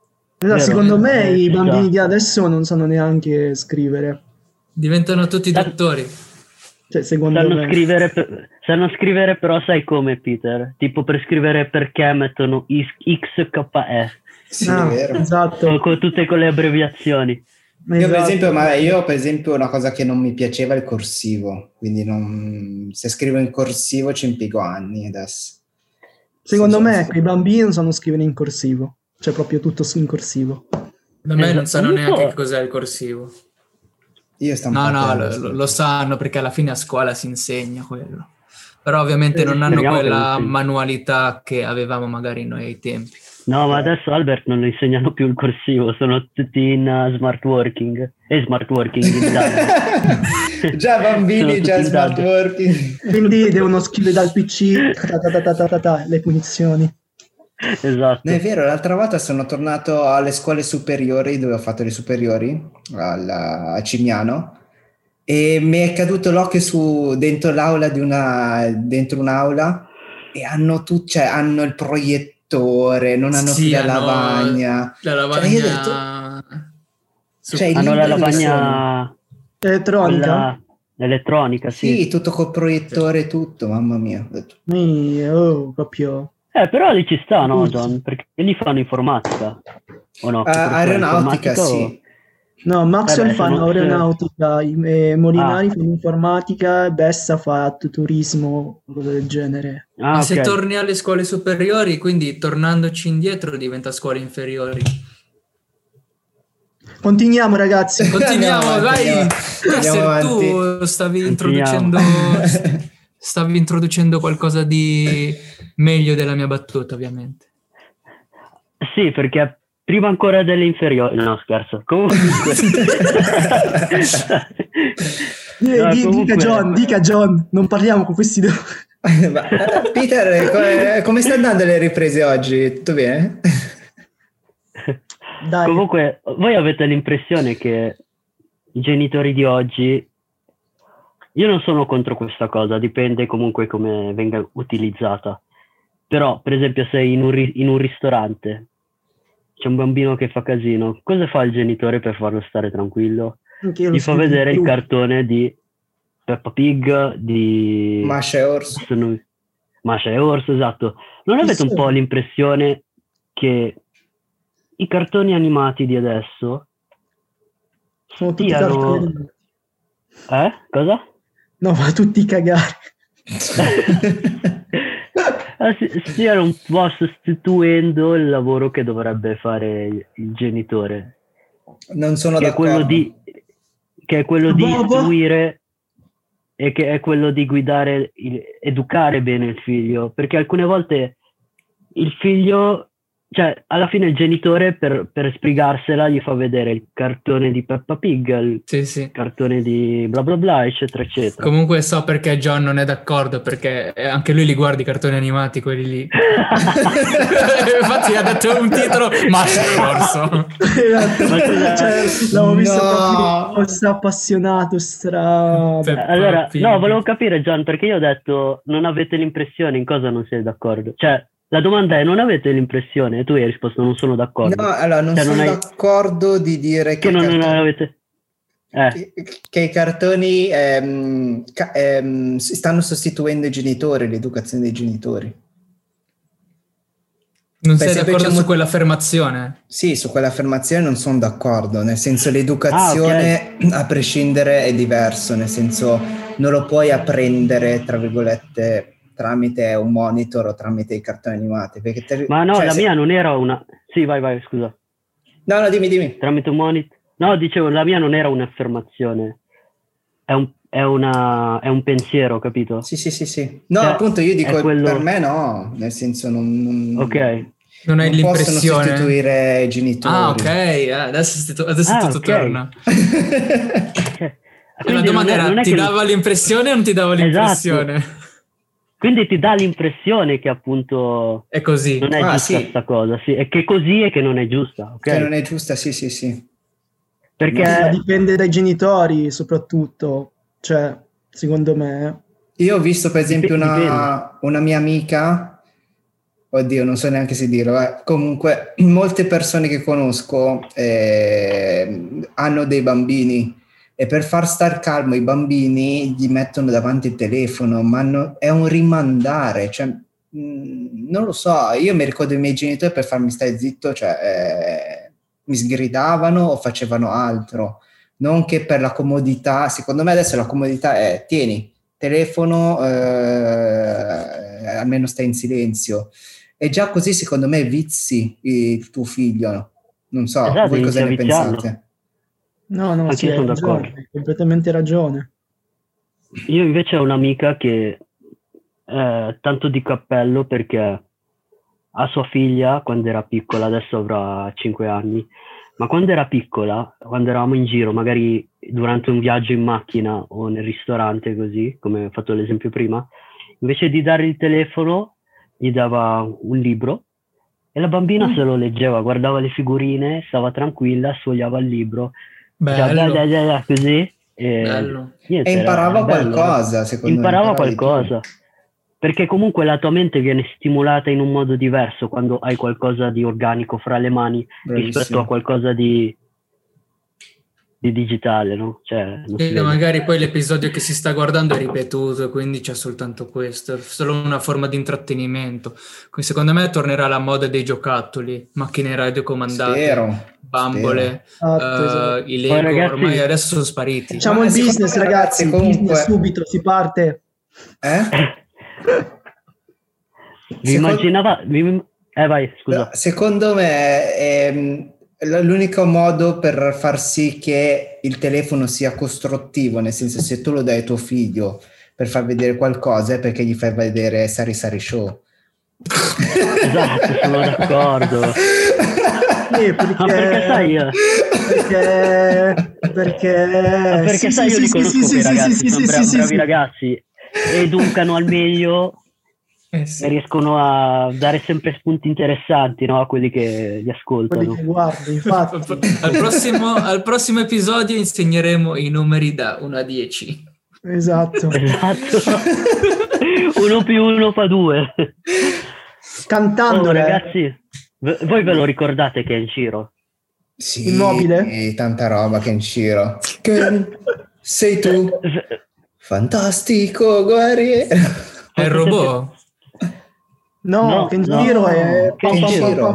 Esatto, Vero, secondo me i ci bambini sta. di adesso non sanno neanche scrivere. Diventano tutti dottori. Cioè, secondo me. Sanno scrivere, però sai come, Peter? Tipo per scrivere perché mettono XKE Sì, Ah, è vero. esatto. tutte con le abbreviazioni. Esatto. Io per esempio una cosa che non mi piaceva è il corsivo, quindi se scrivo in corsivo ci impiego anni adesso. Secondo Sì, me sì. i bambini non sanno scrivere in corsivo, cioè proprio tutto in corsivo. Da me non sanno Non neanche so. che cos'è il corsivo. Io Lo sanno perché alla fine a scuola si insegna quello. Però ovviamente non hanno Speriamo che quella non sia. manualità che avevamo magari noi ai tempi. No, ma adesso Albert non lo insegnano più il corsivo, sono tutti in smart working. Smart working in Italia. Già bambini, Sono già tutti in smart DAD. working. Quindi devono scrivere dal PC le punizioni. Esatto. No, è vero, l'altra volta sono tornato alle scuole superiori, dove ho fatto le superiori, a Cignano, e mi è caduto l'occhio dentro l'aula dentro un'aula, e hanno il proiettore, non hanno più la lavagna. La lavagna... Cioè, io ho detto, i Hanno la libri dove sono? lavagna Elettronica? elettronica, sì. Sì, tutto col proiettore e tutto, mamma mia. Ho detto, Proprio. Però lì ci sta, no, John? Perché lì fanno informatica. O no? aeronautica, sì. No, Maxwell fanno sono- aeronautica, Molinari fanno informatica, Bessa fa turismo, cosa del genere. Ah, Ma ok. se torni alle scuole superiori, quindi tornandoci indietro diventa scuole inferiori. Continuiamo, ragazzi. Continuiamo, Andiamo vai! avanti, andiamo Master, tu stavi introducendo qualcosa di meglio della mia battuta, ovviamente. Sì, perché prima ancora delle inferiori. No, scherzo. Comunque. Dica John, non parliamo con questi due. Peter, come sta andando le riprese oggi? Tutto bene? Dai. Comunque, voi avete l'impressione che i genitori di oggi, io non sono contro questa cosa, dipende comunque come venga utilizzata. Però, per esempio, se in un ristorante c'è un bambino che fa casino, cosa fa il genitore per farlo stare tranquillo? Gli fa vedere il cartone di Peppa Pig, di Masha e Orso. Masha e Orso, esatto. Non avete un po' l'impressione che i cartoni animati di adesso sono tutti cartoni. Cosa? No, ma tutti cagare. Stiano un po' sostituendo il lavoro che dovrebbe fare il genitore. Non sono che d'accordo. Che è quello di istruire e che è quello di guidare, educare bene il figlio, perché alcune volte il figlio, cioè alla fine il genitore per sbrigarsela gli fa vedere il cartone di Peppa Pig, il cartone di bla bla bla, eccetera eccetera. Comunque so perché John non è d'accordo, perché anche lui li guarda i cartoni animati, quelli lì. Infatti ha detto un titolo, ma scorso. L'avevo visto proprio appassionato, Allora, no, volevo capire, John, perché io ho detto non avete l'impressione, in cosa non sei d'accordo? Cioè, la domanda è, non avete l'impressione? E tu hai risposto, non sono d'accordo. No, allora, non sono d'accordo di dire che non avete... che i cartoni stanno sostituendo i genitori, l'educazione dei genitori. Non sei d'accordo su quell'affermazione? Sì, su quell'affermazione non sono d'accordo, nel senso l'educazione a prescindere è diverso, nel senso non lo puoi apprendere, tra virgolette, tramite un monitor o tramite i cartoni animati. Ma no, mia non era una... Sì, vai, scusa. No, dimmi. Tramite un monitor... No, dicevo, la mia non era un'affermazione, è un pensiero, capito? Sì. No, appunto io dico, per me no, nel senso non ok. Non hai l'impressione? Possono sostituire i genitori. Ah, ok, adesso tutto torna. Okay. La domanda era, ti dava l'impressione o non ti dava l'impressione? Esatto. Quindi ti dà l'impressione che appunto è così. Non è giusta questa cosa, sì, è che così e che non è giusta, ok? Che non è giusta, sì. Perché dipende dai genitori, soprattutto, cioè, secondo me. Io ho visto per esempio una mia amica Oddio, non so neanche se dirlo. Comunque, molte persone che conosco hanno dei bambini e per far star calmo i bambini gli mettono davanti il telefono, ma è un rimandare, cioè, non lo so, io mi ricordo i miei genitori per farmi stare zitto, cioè, mi sgridavano o facevano altro, non che per la comodità. Secondo me adesso la comodità è tieni, telefono, almeno stai in silenzio. E già così secondo me vizi il tuo figlio, non so, Esatto, voi cosa ne inizia a viziarlo. pensate? No, Anche sì, io hai sono ragione, d'accordo. hai completamente ragione. Io invece ho un'amica che è tanto di cappello perché ha sua figlia quando era piccola, adesso avrà 5 anni, ma quando era piccola, quando eravamo in giro, magari durante un viaggio in macchina o nel ristorante, così, come ho fatto l'esempio prima, invece di dare il telefono, gli dava un libro e la bambina se lo leggeva, guardava le figurine, stava tranquilla, sfogliava il libro, diceva, Bello. così, Bello. niente, E imparava era bello, qualcosa, secondo me. imparava imparavi di più. qualcosa, perché comunque la tua mente viene stimolata in un modo diverso quando hai qualcosa di organico fra le mani rispetto Bravissimo. a qualcosa di digitale, no? Cioè, non si E vede. magari poi l'episodio che si sta guardando è ripetuto, quindi c'è soltanto questo, è solo una forma di intrattenimento. Quindi secondo me tornerà la moda dei giocattoli, macchine radiocomandate, Spero. bambole, Esatto. i Poi, Lego, ragazzi, ormai adesso sono spariti. Facciamo Ma il secondo business, me, ragazzi, comunque- business subito, si parte. vi immaginava... vai, scusa. Secondo me è l'unico modo per far sì che il telefono sia costruttivo, nel senso, se tu lo dai a tuo figlio per far vedere qualcosa è perché gli fai vedere Sari Sari Show. Esatto, sono d'accordo. Sì, perché... Ma perché sai... Perché Perché sai, io li conosco quei ragazzi, sono bravi ragazzi, educano al meglio Eh e sì. riescono a dare sempre spunti interessanti, no, a quelli che li ascoltano. quelli che guardi, infatti. Al prossimo episodio insegneremo i numeri da 1 a 10. Esatto. Esatto. 1 più 1 fa 2. Cantandole. Ragazzi, voi ve lo ricordate Kenshiro? Sì, Immobile? tanta roba che in giro. Che sei tu, fantastico guerriero. È il robot? No, Kenshiro è... Kenshiro.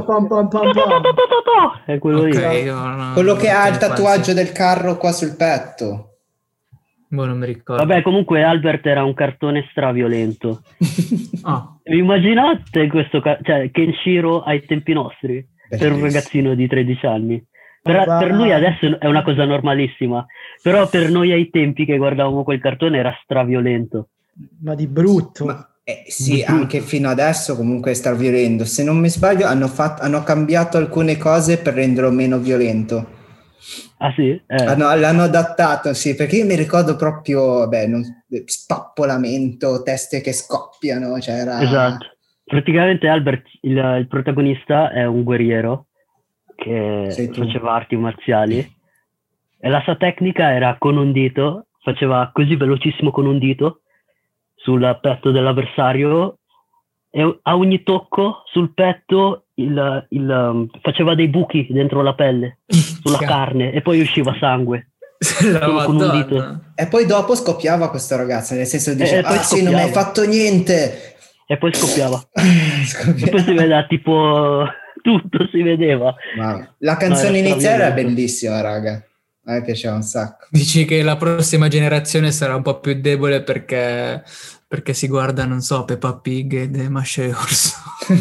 È quello lì. Ok, io no, Quello che ha il infanzia. tatuaggio del carro qua sul petto. Boh, non mi ricordo. Vabbè, comunque Albert era un cartone straviolento. Ah, Vi immaginate questo, cioè Kenshiro ai tempi nostri? Per un Bellissimo. ragazzino di 13 anni. Per Vai. lui adesso è una cosa normalissima, però per noi ai tempi che guardavamo quel cartone era straviolento. Ma di brutto. Ma, sì, anche fino adesso comunque sta violento. Se non mi sbaglio hanno cambiato alcune cose per renderlo meno violento. Ah sì? L'hanno adattato, sì, perché io mi ricordo proprio, spappolamento, teste che scoppiano, c'era... Esatto. Praticamente Albert, il protagonista, è un guerriero che Sei tu. faceva arti marziali e la sua tecnica era con un dito, faceva così velocissimo con un dito sul petto dell'avversario e a ogni tocco sul petto faceva dei buchi dentro la pelle, sulla carne, e poi usciva sangue. la Solo con un dito. Madonna. E poi dopo scoppiava questa ragazza, nel senso dice, poi sì, non mi hai scoppiava. fatto niente. E poi scoppiava. E poi si vedeva tipo... tutto si vedeva. Ma la canzone era iniziale era straviolento. bellissima, raga. A me piaceva un sacco. Dici che la prossima generazione sarà un po' più debole perché si guarda, non so, Peppa Pig e The Mashers.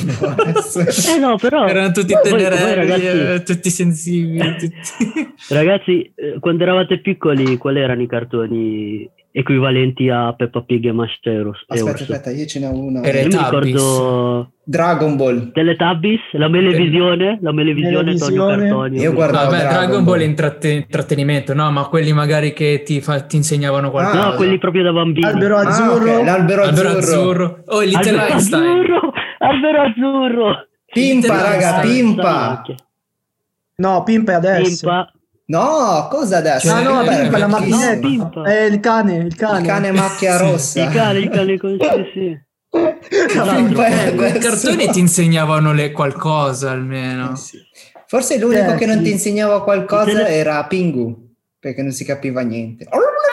No, però... Erano tutti voi tenerelli, ragazzi, tutti sensibili. Tutti... ragazzi, quando eravate piccoli, quali erano i cartoni equivalenti a Peppa Pig e Mashteros? Aspetta, io ce n'ho uno. Era- Io mi Teletubbies. ricordo Dragon Ball. Teletubbies, la Melevisione, Tonio Cartonio. Io guardavo Vabbè, Dragon Ball è Ball. intrattenimento, no? Ma quelli magari che ti insegnavano qualcosa. No, quelli proprio da bambini. Albero azzurro. Ok, l'albero azzurro. Oh, il Little Albero Einstein. azzurro, albero azzurro. Pimpa, Little raga, Einstein. Pimpa. No, Pimpa è adesso. Pimpa. No, cosa adesso? Cioè, Ah no, Vabbè, Pimpa è la vecchissimo. macchinetta. No, Pimpa. È il cane. Il cane macchia rossa. Il cane, sì, sì. I cartoni ti insegnavano qualcosa almeno. Sì. Forse l'unico che non ti insegnava qualcosa era Pingu, perché non si capiva niente.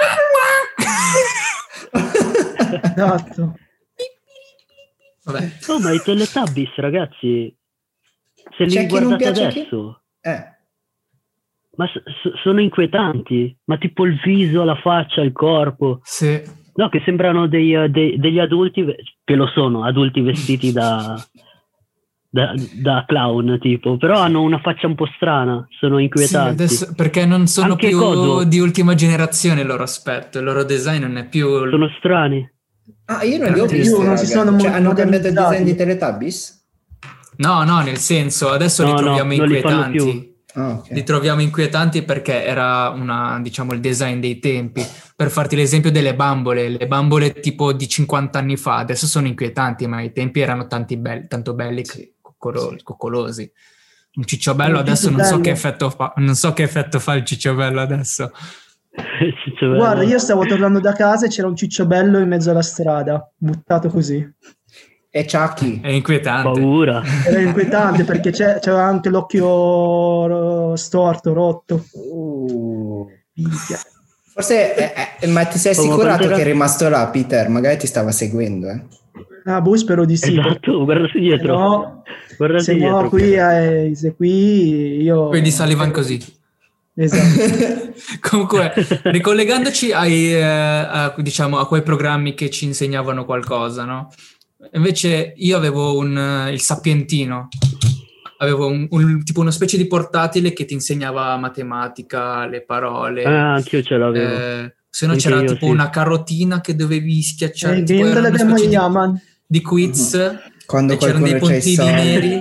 Esatto. Vabbè. Oh, ma i Teletubbies, ragazzi, se li guardate adesso, ma sono inquietanti, ma tipo il viso, la faccia, il corpo. Sì. No, che sembrano degli adulti, che lo sono, adulti vestiti da clown, tipo, però hanno una faccia un po' strana, sono inquietanti. Sì, adesso, perché non sono Anche più di ultima generazione il loro aspetto, il loro design non è più... Sono strani. Ah, io non li ho visti, non si sono hanno cambiato il design modernizzati. di Teletubbies? No, nel senso, adesso li troviamo non li fanno più. inquietanti. Okay. Li troviamo inquietanti perché era diciamo, il design dei tempi. Per farti l'esempio delle bambole, le bambole tipo di 50 anni fa, adesso sono inquietanti, ma ai tempi erano tanto belli, coccolosi. Un cicciobello adesso non so che effetto fa il cicciobello adesso. Guarda, io stavo tornando da casa e c'era un cicciobello in mezzo alla strada, buttato così. E Chucky. È inquietante. Paura. Era inquietante perché c'era anche l'occhio storto, rotto. Minchia. Forse, ma ti sei assicurato che è rimasto là, Peter? Magari ti stava seguendo, Ah, boh, spero di sì. Esatto, guardati dietro. No, Guardati se dietro. no, se qui io... Quindi Sullivan così. Esatto. Comunque, ricollegandoci diciamo, a quei programmi che ci insegnavano qualcosa, no? Invece io avevo il Sapientino, avevo tipo una specie di portatile che ti insegnava matematica, le parole. Anch'io ce l'avevo. Se no c'era tipo una carotina che dovevi schiacciare, tipo era una specie di quiz. Quando c'erano dei puntini neri.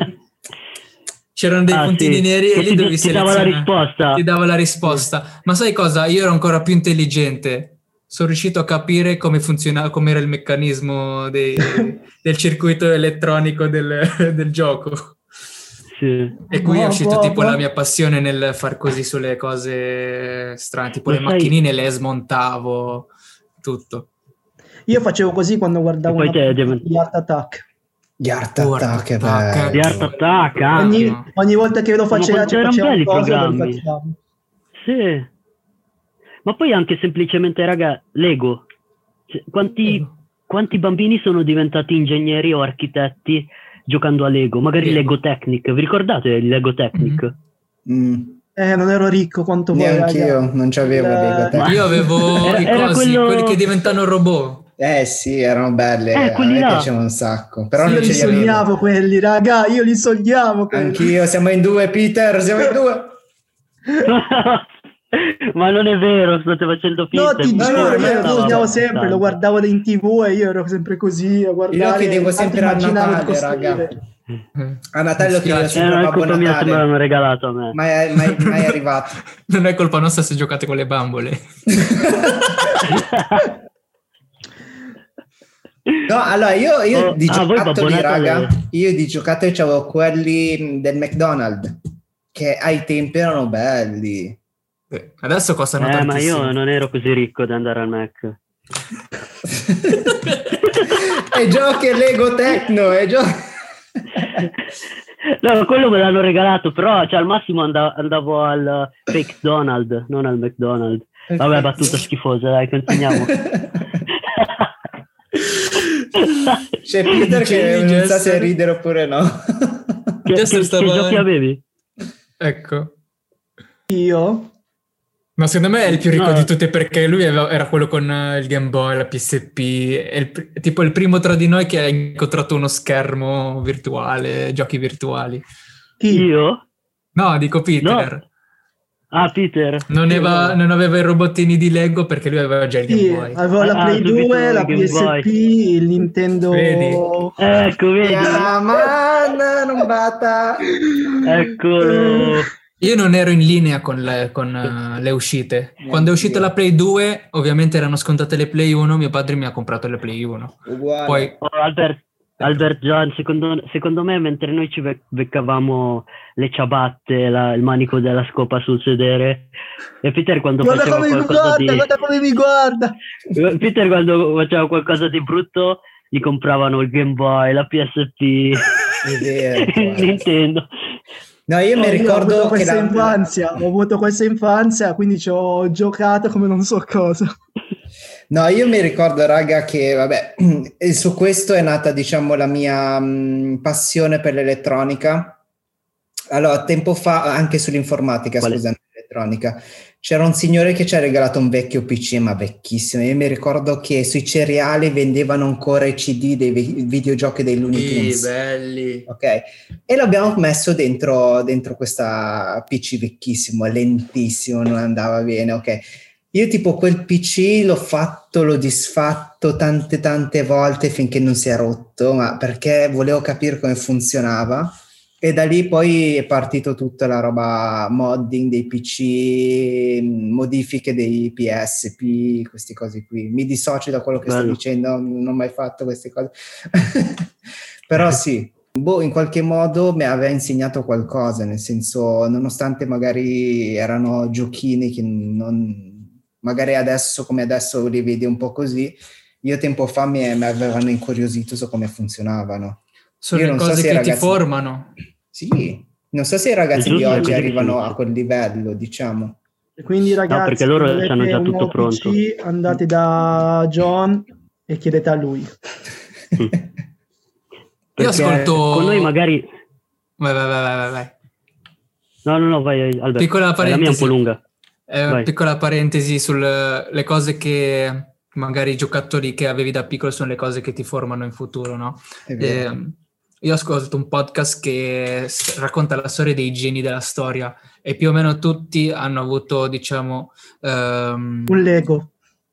C'erano dei puntini neri e lì dovevi selezionare. Ti dava la risposta. Ma sai cosa? Io ero ancora più intelligente. Sono riuscito a capire come funzionava, com'era il meccanismo del circuito elettronico del gioco. Sì. E qui è uscito tipo la mia passione nel far così sulle cose strane, tipo le macchinine le smontavo, tutto. Io facevo così quando guardavo gli Art Attack. Gli Art Attack è bello. Gli Art Attack, ogni volta che lo faceva belli cosa, programmi. Sì. Ma poi anche semplicemente, raga, Lego. Quanti bambini sono diventati ingegneri o architetti giocando a Lego? Magari Lego Technic. Vi ricordate il Lego Technic? Non ero ricco quanto voi. Neanch'io, non c'avevo Lego Technic. Io avevo quelli che diventano robot. Sì, erano belle. A me piacevano un sacco. Però io non li sognavo quelli, raga. Io li sognavo quelli. Anch'io, siamo in due, Peter. Siamo in due. Ma non è vero, state facendo finta. No, ti giuro, io lo sognavo sempre, lo guardavo in TV e io ero sempre così a guardare. Io chiedevo sempre a Natale, raga. A Natale lo chiedevo sempre a Babbo Natale. Mia, se me l'hanno regalato a me. Mai arrivato. Non è colpa nostra se giocate con le bambole. No, allora io di giocattoli, raga, io di giocattoli c'avevo quelli del McDonald's, che ai tempi erano belli. Adesso costano tantissimo. Ma io non ero così ricco da andare al Mac. E giochi Lego Tecno, No, quello me l'hanno regalato, però al massimo andavo al Fake Donald, non al McDonald's. Vabbè, battuta schifosa, dai, continuiamo. C'è Peter che non sa se ridere oppure no. Che giochi avevi? Ecco. Io? Ma secondo me è il più ricco di tutti, perché lui era quello con il Game Boy, la PSP, tipo il primo tra di noi che ha incontrato uno schermo virtuale, giochi virtuali. Io? No, dico Peter. No. Ah, Peter. Non aveva i robottini di Lego perché lui aveva già il Game Boy. Avevo la Play 2, la PSP, il Nintendo. Vedi? Ecco, vedi? Man, non bata. Eccolo. Io non ero in linea con le uscite. Quando è uscita la Play 2, ovviamente erano scontate le Play 1, mio padre mi ha comprato le Play 1. Uguale. Poi Albert John, secondo me, mentre noi ci beccavamo le ciabatte, il manico della scopa sul sedere, e Peter quando faceva qualcosa di... Guarda come mi guarda! Peter quando faceva qualcosa di brutto gli compravano il Game Boy, la PSP, È vero, il Nintendo. No, io mi ricordo ho avuto che ho avuto questa infanzia, quindi ci ho giocato come non so cosa. No, io mi ricordo, raga, che vabbè, e su questo è nata, diciamo, la mia passione per l'elettronica. Allora, tempo fa, anche sull'informatica, Quale? scusa, l'elettronica, c'era un signore che ci ha regalato un vecchio PC, ma vecchissimo. Io mi ricordo che sui cereali vendevano ancora i CD dei videogiochi dei Looney Tunes. Belli. Ok, e l'abbiamo messo dentro questa PC vecchissimo, lentissimo, non andava bene, ok. Io tipo quel PC l'ho disfatto tante volte finché non si è rotto, ma perché volevo capire come funzionava, e da lì poi è partito tutta la roba modding dei PC, modifiche dei PSP, queste cose qui. Mi dissocio da quello che sto dicendo, non ho mai fatto queste cose. Però sì, in qualche modo mi aveva insegnato qualcosa, nel senso, nonostante magari erano giochini che magari adesso come adesso li vedi un po' così, io tempo fa mi avevano incuriosito su come funzionavano. Sono le cose che ti formano. Sì, non so se i ragazzi di oggi arrivano a quel livello, diciamo. E quindi ragazzi, no, perché loro hanno già tutto pronto. PC, andate da John e chiedete a lui. Io ascolto... Con noi magari... Vai. No, vai Alberto. Piccola parentesi. La mia è un po' lunga. Piccola parentesi sulle cose che magari i giocattoli che avevi da piccolo sono le cose che ti formano in futuro, no? Io ascolto un podcast che racconta la storia dei geni della storia e più o meno tutti hanno avuto, diciamo... un Lego.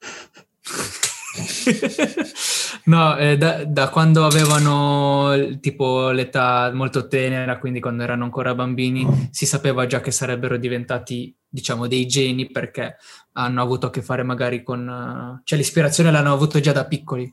No, da quando avevano tipo l'età molto tenera, quindi quando erano ancora bambini, si sapeva già che sarebbero diventati, diciamo, dei geni perché hanno avuto a che fare magari con... cioè l'ispirazione l'hanno avuto già da piccoli.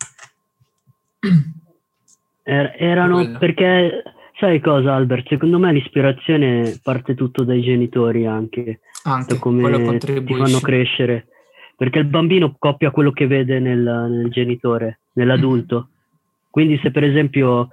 Erano perché, sai cosa Albert? Secondo me l'ispirazione parte tutto dai genitori anche da come ti fanno crescere. Perché il bambino copia quello che vede nel genitore, nell'adulto. Quindi se per esempio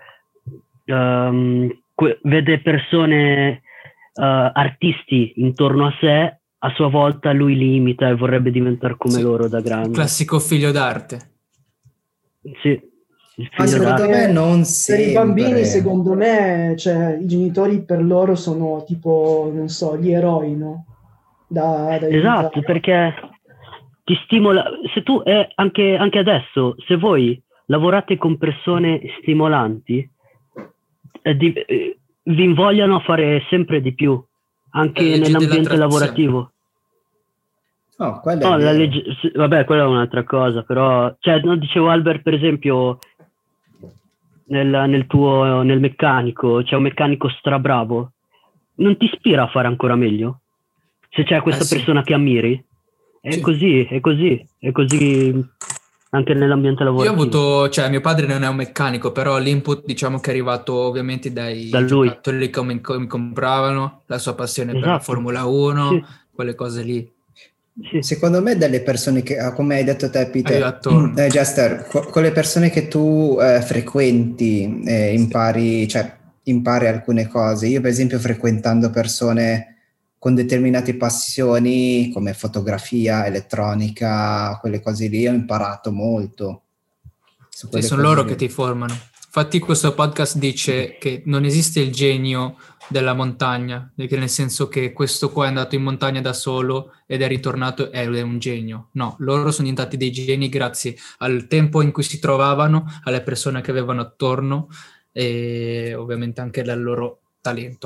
vede persone, artisti intorno a sé, a sua volta lui li imita e vorrebbe diventare come loro da grande. Il classico figlio d'arte. Sì. Ma secondo me non sempre. Per i bambini, secondo me, cioè, i genitori per loro sono tipo, non so, gli eroi, no? Esatto, perché... ti stimola, se tu anche adesso, se voi lavorate con persone stimolanti, vi invogliano a fare sempre di più, anche nell'ambiente lavorativo. Vabbè, quella è un'altra cosa, però, cioè, no, dicevo Albert, per esempio, nel meccanico, c'è un meccanico strabravo, non ti ispira a fare ancora meglio? Se c'è questa persona che ammiri? È così anche nell'ambiente lavorativo. Io ho avuto, cioè mio padre non è un meccanico, però l'input diciamo che è arrivato ovviamente dai giocattoli che mi compravano, la sua passione per la Formula 1, quelle cose lì. Sì. Secondo me delle persone che, come hai detto te Peter, Jester, con le persone che tu frequenti, impari alcune cose. Io per esempio frequentando persone con determinate passioni come fotografia, elettronica, quelle cose lì, ho imparato molto. Sono loro che ti formano. Infatti questo podcast dice che non esiste il genio della montagna, nel senso che questo qua è andato in montagna da solo ed è ritornato ed è un genio. No, loro sono diventati dei geni grazie al tempo in cui si trovavano, alle persone che avevano attorno e ovviamente anche al loro talento.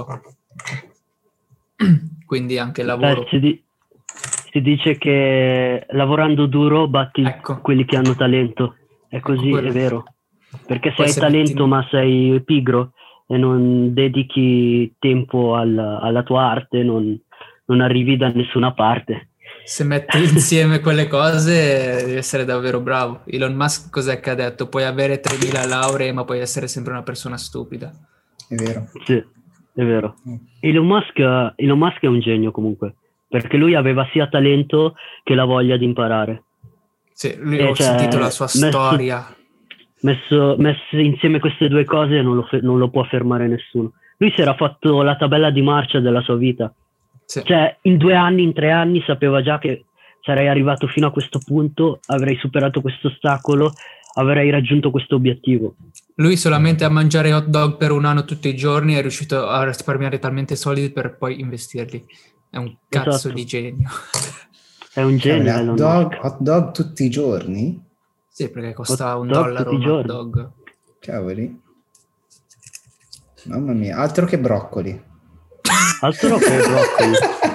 Quindi anche il lavoro. Si dice che lavorando duro batti quelli che hanno talento. È così, è vero. Perché se hai talento ma sei pigro e non dedichi tempo alla tua arte, non arrivi da nessuna parte. Se metti insieme quelle cose devi essere davvero bravo. Elon Musk cos'è che ha detto? Puoi avere 3.000 lauree ma puoi essere sempre una persona stupida. È vero. Sì, è vero. Elon Musk è un genio comunque, perché lui aveva sia talento che la voglia di imparare. Sì, lui ho sentito la sua storia. Messe insieme queste due cose non lo può fermare nessuno. Lui si era fatto la tabella di marcia della sua vita. Sì. Cioè, in 2 anni, in 3 anni sapeva già che sarei arrivato fino a questo punto, avrei superato questo ostacolo, avrei raggiunto questo obiettivo. Lui solamente a mangiare hot dog per 1 anno tutti i giorni è riuscito a risparmiare talmente soldi per poi investirli. È un cazzo Esatto. di genio. È un genio. Hot dog tutti i giorni? Sì, perché costa Hot $1 dog un tutti i hot giorni. dog. Cavoli. Mamma mia, altro che broccoli. Altro che broccoli.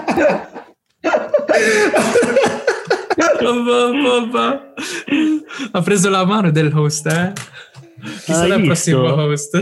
Ha preso la mano del host, eh? Chi sarà il prossimo host?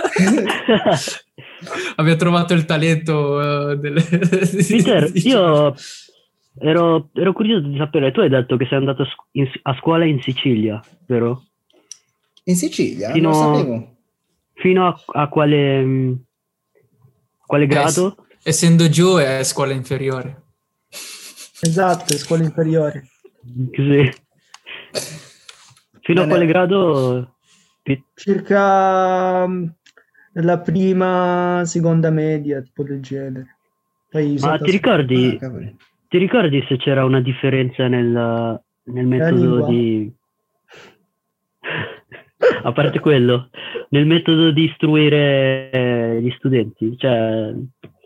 Abbiamo trovato il talento Peter, io ero curioso di sapere, tu hai detto che sei andato a scuola in Sicilia, vero? In Sicilia? Non lo sapevo. Fino a quale grado? Essendo giù è scuola inferiore. Esatto, scuola inferiore. Sì. Fino a quale grado? Circa la prima, seconda media, tipo del genere. Poi Ma ti ricordi se c'era una differenza nel metodo di... A parte quello, nel metodo di istruire gli studenti, cioè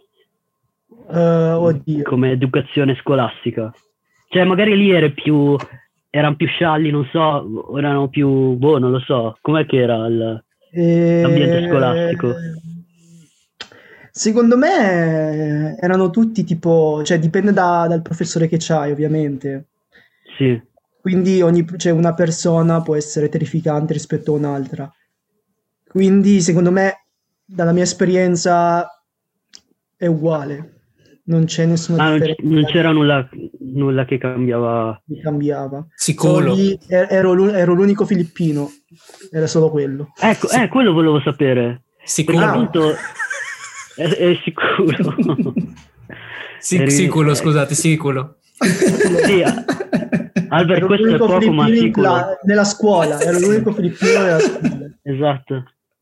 oddio. come educazione scolastica. Cioè magari lì erano più scialli, non so, erano più, non lo so, com'è che era l'ambiente scolastico? Secondo me erano tutti tipo, cioè dipende dal professore che c'hai, ovviamente. Sì. Quindi una persona può essere terrificante rispetto a un'altra. Quindi secondo me, dalla mia esperienza, è uguale. Non c'è nessuna differenza. Non c'era nulla che cambiava. Sicuro. Ero l'unico filippino, era solo quello. Ecco, quello volevo sapere. Sicuro. Perché appunto è sicuro. Sicuro, scusate, sicuro. Sì, Albert, ero questo è poco ma sicuro. Nella scuola, ero l'unico filippino nella scuola. Esatto.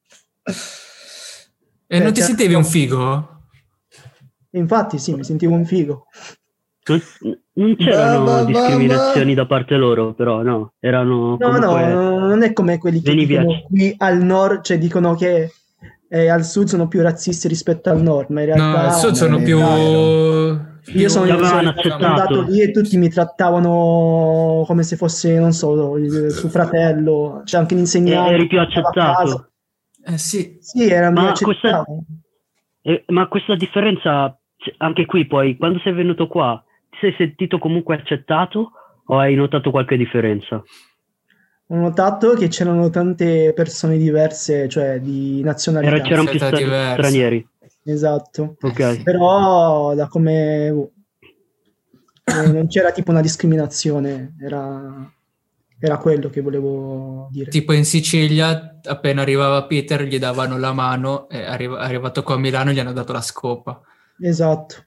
E non ti sentivi un figo? Infatti sì, mi sentivo un figo. Non c'erano discriminazioni da parte loro, però no, erano comunque... No, non è come quelli che dicono qui al nord, cioè dicono che al sud sono più razzisti rispetto al nord, ma in realtà... No, al sud sono più... Io sono andato lì e tutti mi trattavano come se fosse, non so, il suo fratello, c'è anche l'insegnante. Eri più accettato. Sì. Sì, era più accettato. Ma questa differenza, anche qui poi, quando sei venuto qua, ti sei sentito comunque accettato o hai notato qualche differenza? Ho notato che c'erano tante persone diverse, cioè di nazionalità. C'erano più stranieri. Esatto. Okay. Però da come non c'era tipo una discriminazione, era quello che volevo dire. Tipo in Sicilia, appena arrivava Peter gli davano la mano e arrivato qua a Milano gli hanno dato la scopa. Esatto.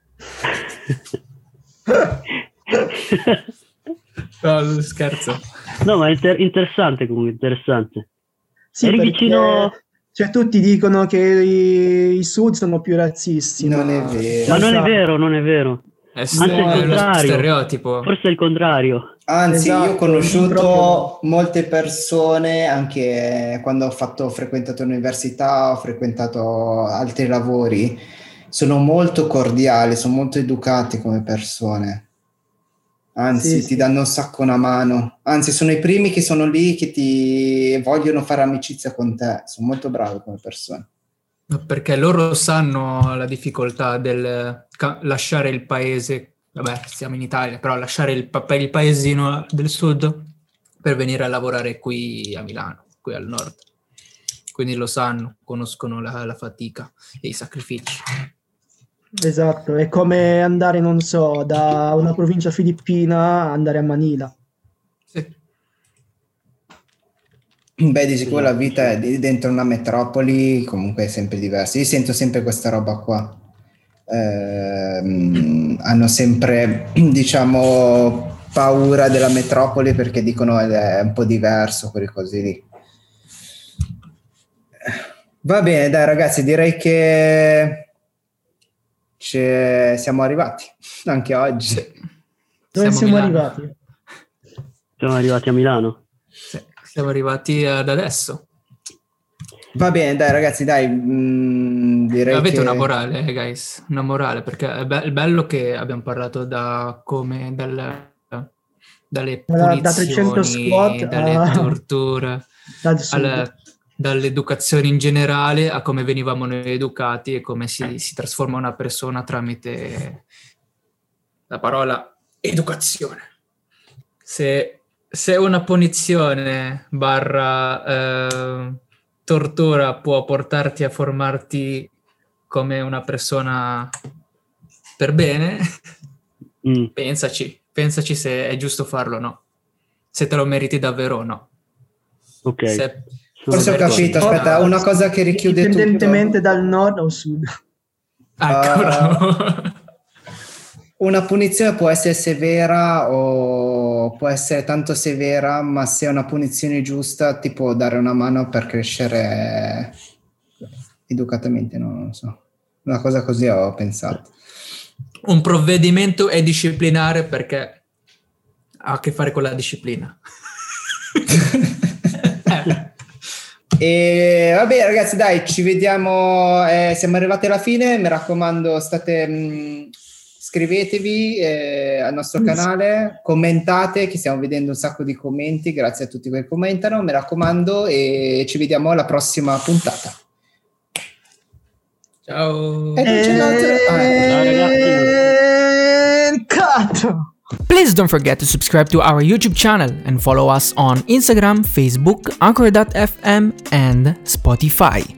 No, scherzo. No, ma è interessante comunque, interessante. Sì, eri vicino... Cioè tutti dicono che i sud sono più razzisti. Non è vero. Ma non è vero. Anzi, è il contrario. Stereotipo. Forse è il contrario. Anzi, Esatto, io ho conosciuto molte persone, anche quando ho frequentato l'università, ho frequentato altri lavori, sono molto cordiali, sono molto educati come persone. Anzi, ti danno un sacco una mano. Anzi, sono i primi che sono lì, che ti vogliono fare amicizia con te. Sono molto bravi come persone. Perché loro sanno la difficoltà del lasciare il paese. Vabbè, siamo in Italia, però lasciare il paesino del sud per venire a lavorare qui a Milano, qui al nord. Quindi lo sanno, conoscono la fatica e i sacrifici. Esatto, è come andare, non so, da una provincia filippina andare a Manila. Sì. Beh, di sicuro la vita è dentro una metropoli comunque è sempre diversa. Io sento sempre questa roba qua. Hanno sempre, diciamo, paura della metropoli perché dicono è un po' diverso, quelle cose lì. Va bene, dai ragazzi, direi che siamo arrivati anche oggi. Dove siamo arrivati? Siamo arrivati a Milano. Sì, siamo arrivati ad adesso. Va bene, dai ragazzi, dai. Direi avete una morale, guys, una morale, perché è bello che abbiamo parlato dalle punizioni, da 300 squat dalle torture, dall'educazione in generale a come venivamo noi educati e come si trasforma una persona tramite la parola educazione. Se una punizione / tortura può portarti a formarti come una persona per bene, pensaci se è giusto farlo o no, se te lo meriti davvero o no. Ok. Forse ho capito, aspetta, una cosa che richiude tutto. Indipendentemente dal nord o sud. Una punizione può essere severa o può essere tanto severa, ma se è una punizione giusta ti può dare una mano per crescere educatamente, no? Non so. Una cosa così ho pensato. Un provvedimento è disciplinare perché ha a che fare con la disciplina. E vabbè ragazzi, dai, ci vediamo, siamo arrivati alla fine, mi raccomando, iscrivetevi al nostro canale, commentate, che stiamo vedendo un sacco di commenti, grazie a tutti che commentano, mi raccomando, e ci vediamo alla prossima puntata. Ciao. Ciao ragazzi. Cut! Please don't forget to subscribe to our YouTube channel and follow us on Instagram, Facebook, Anchor.fm, and Spotify.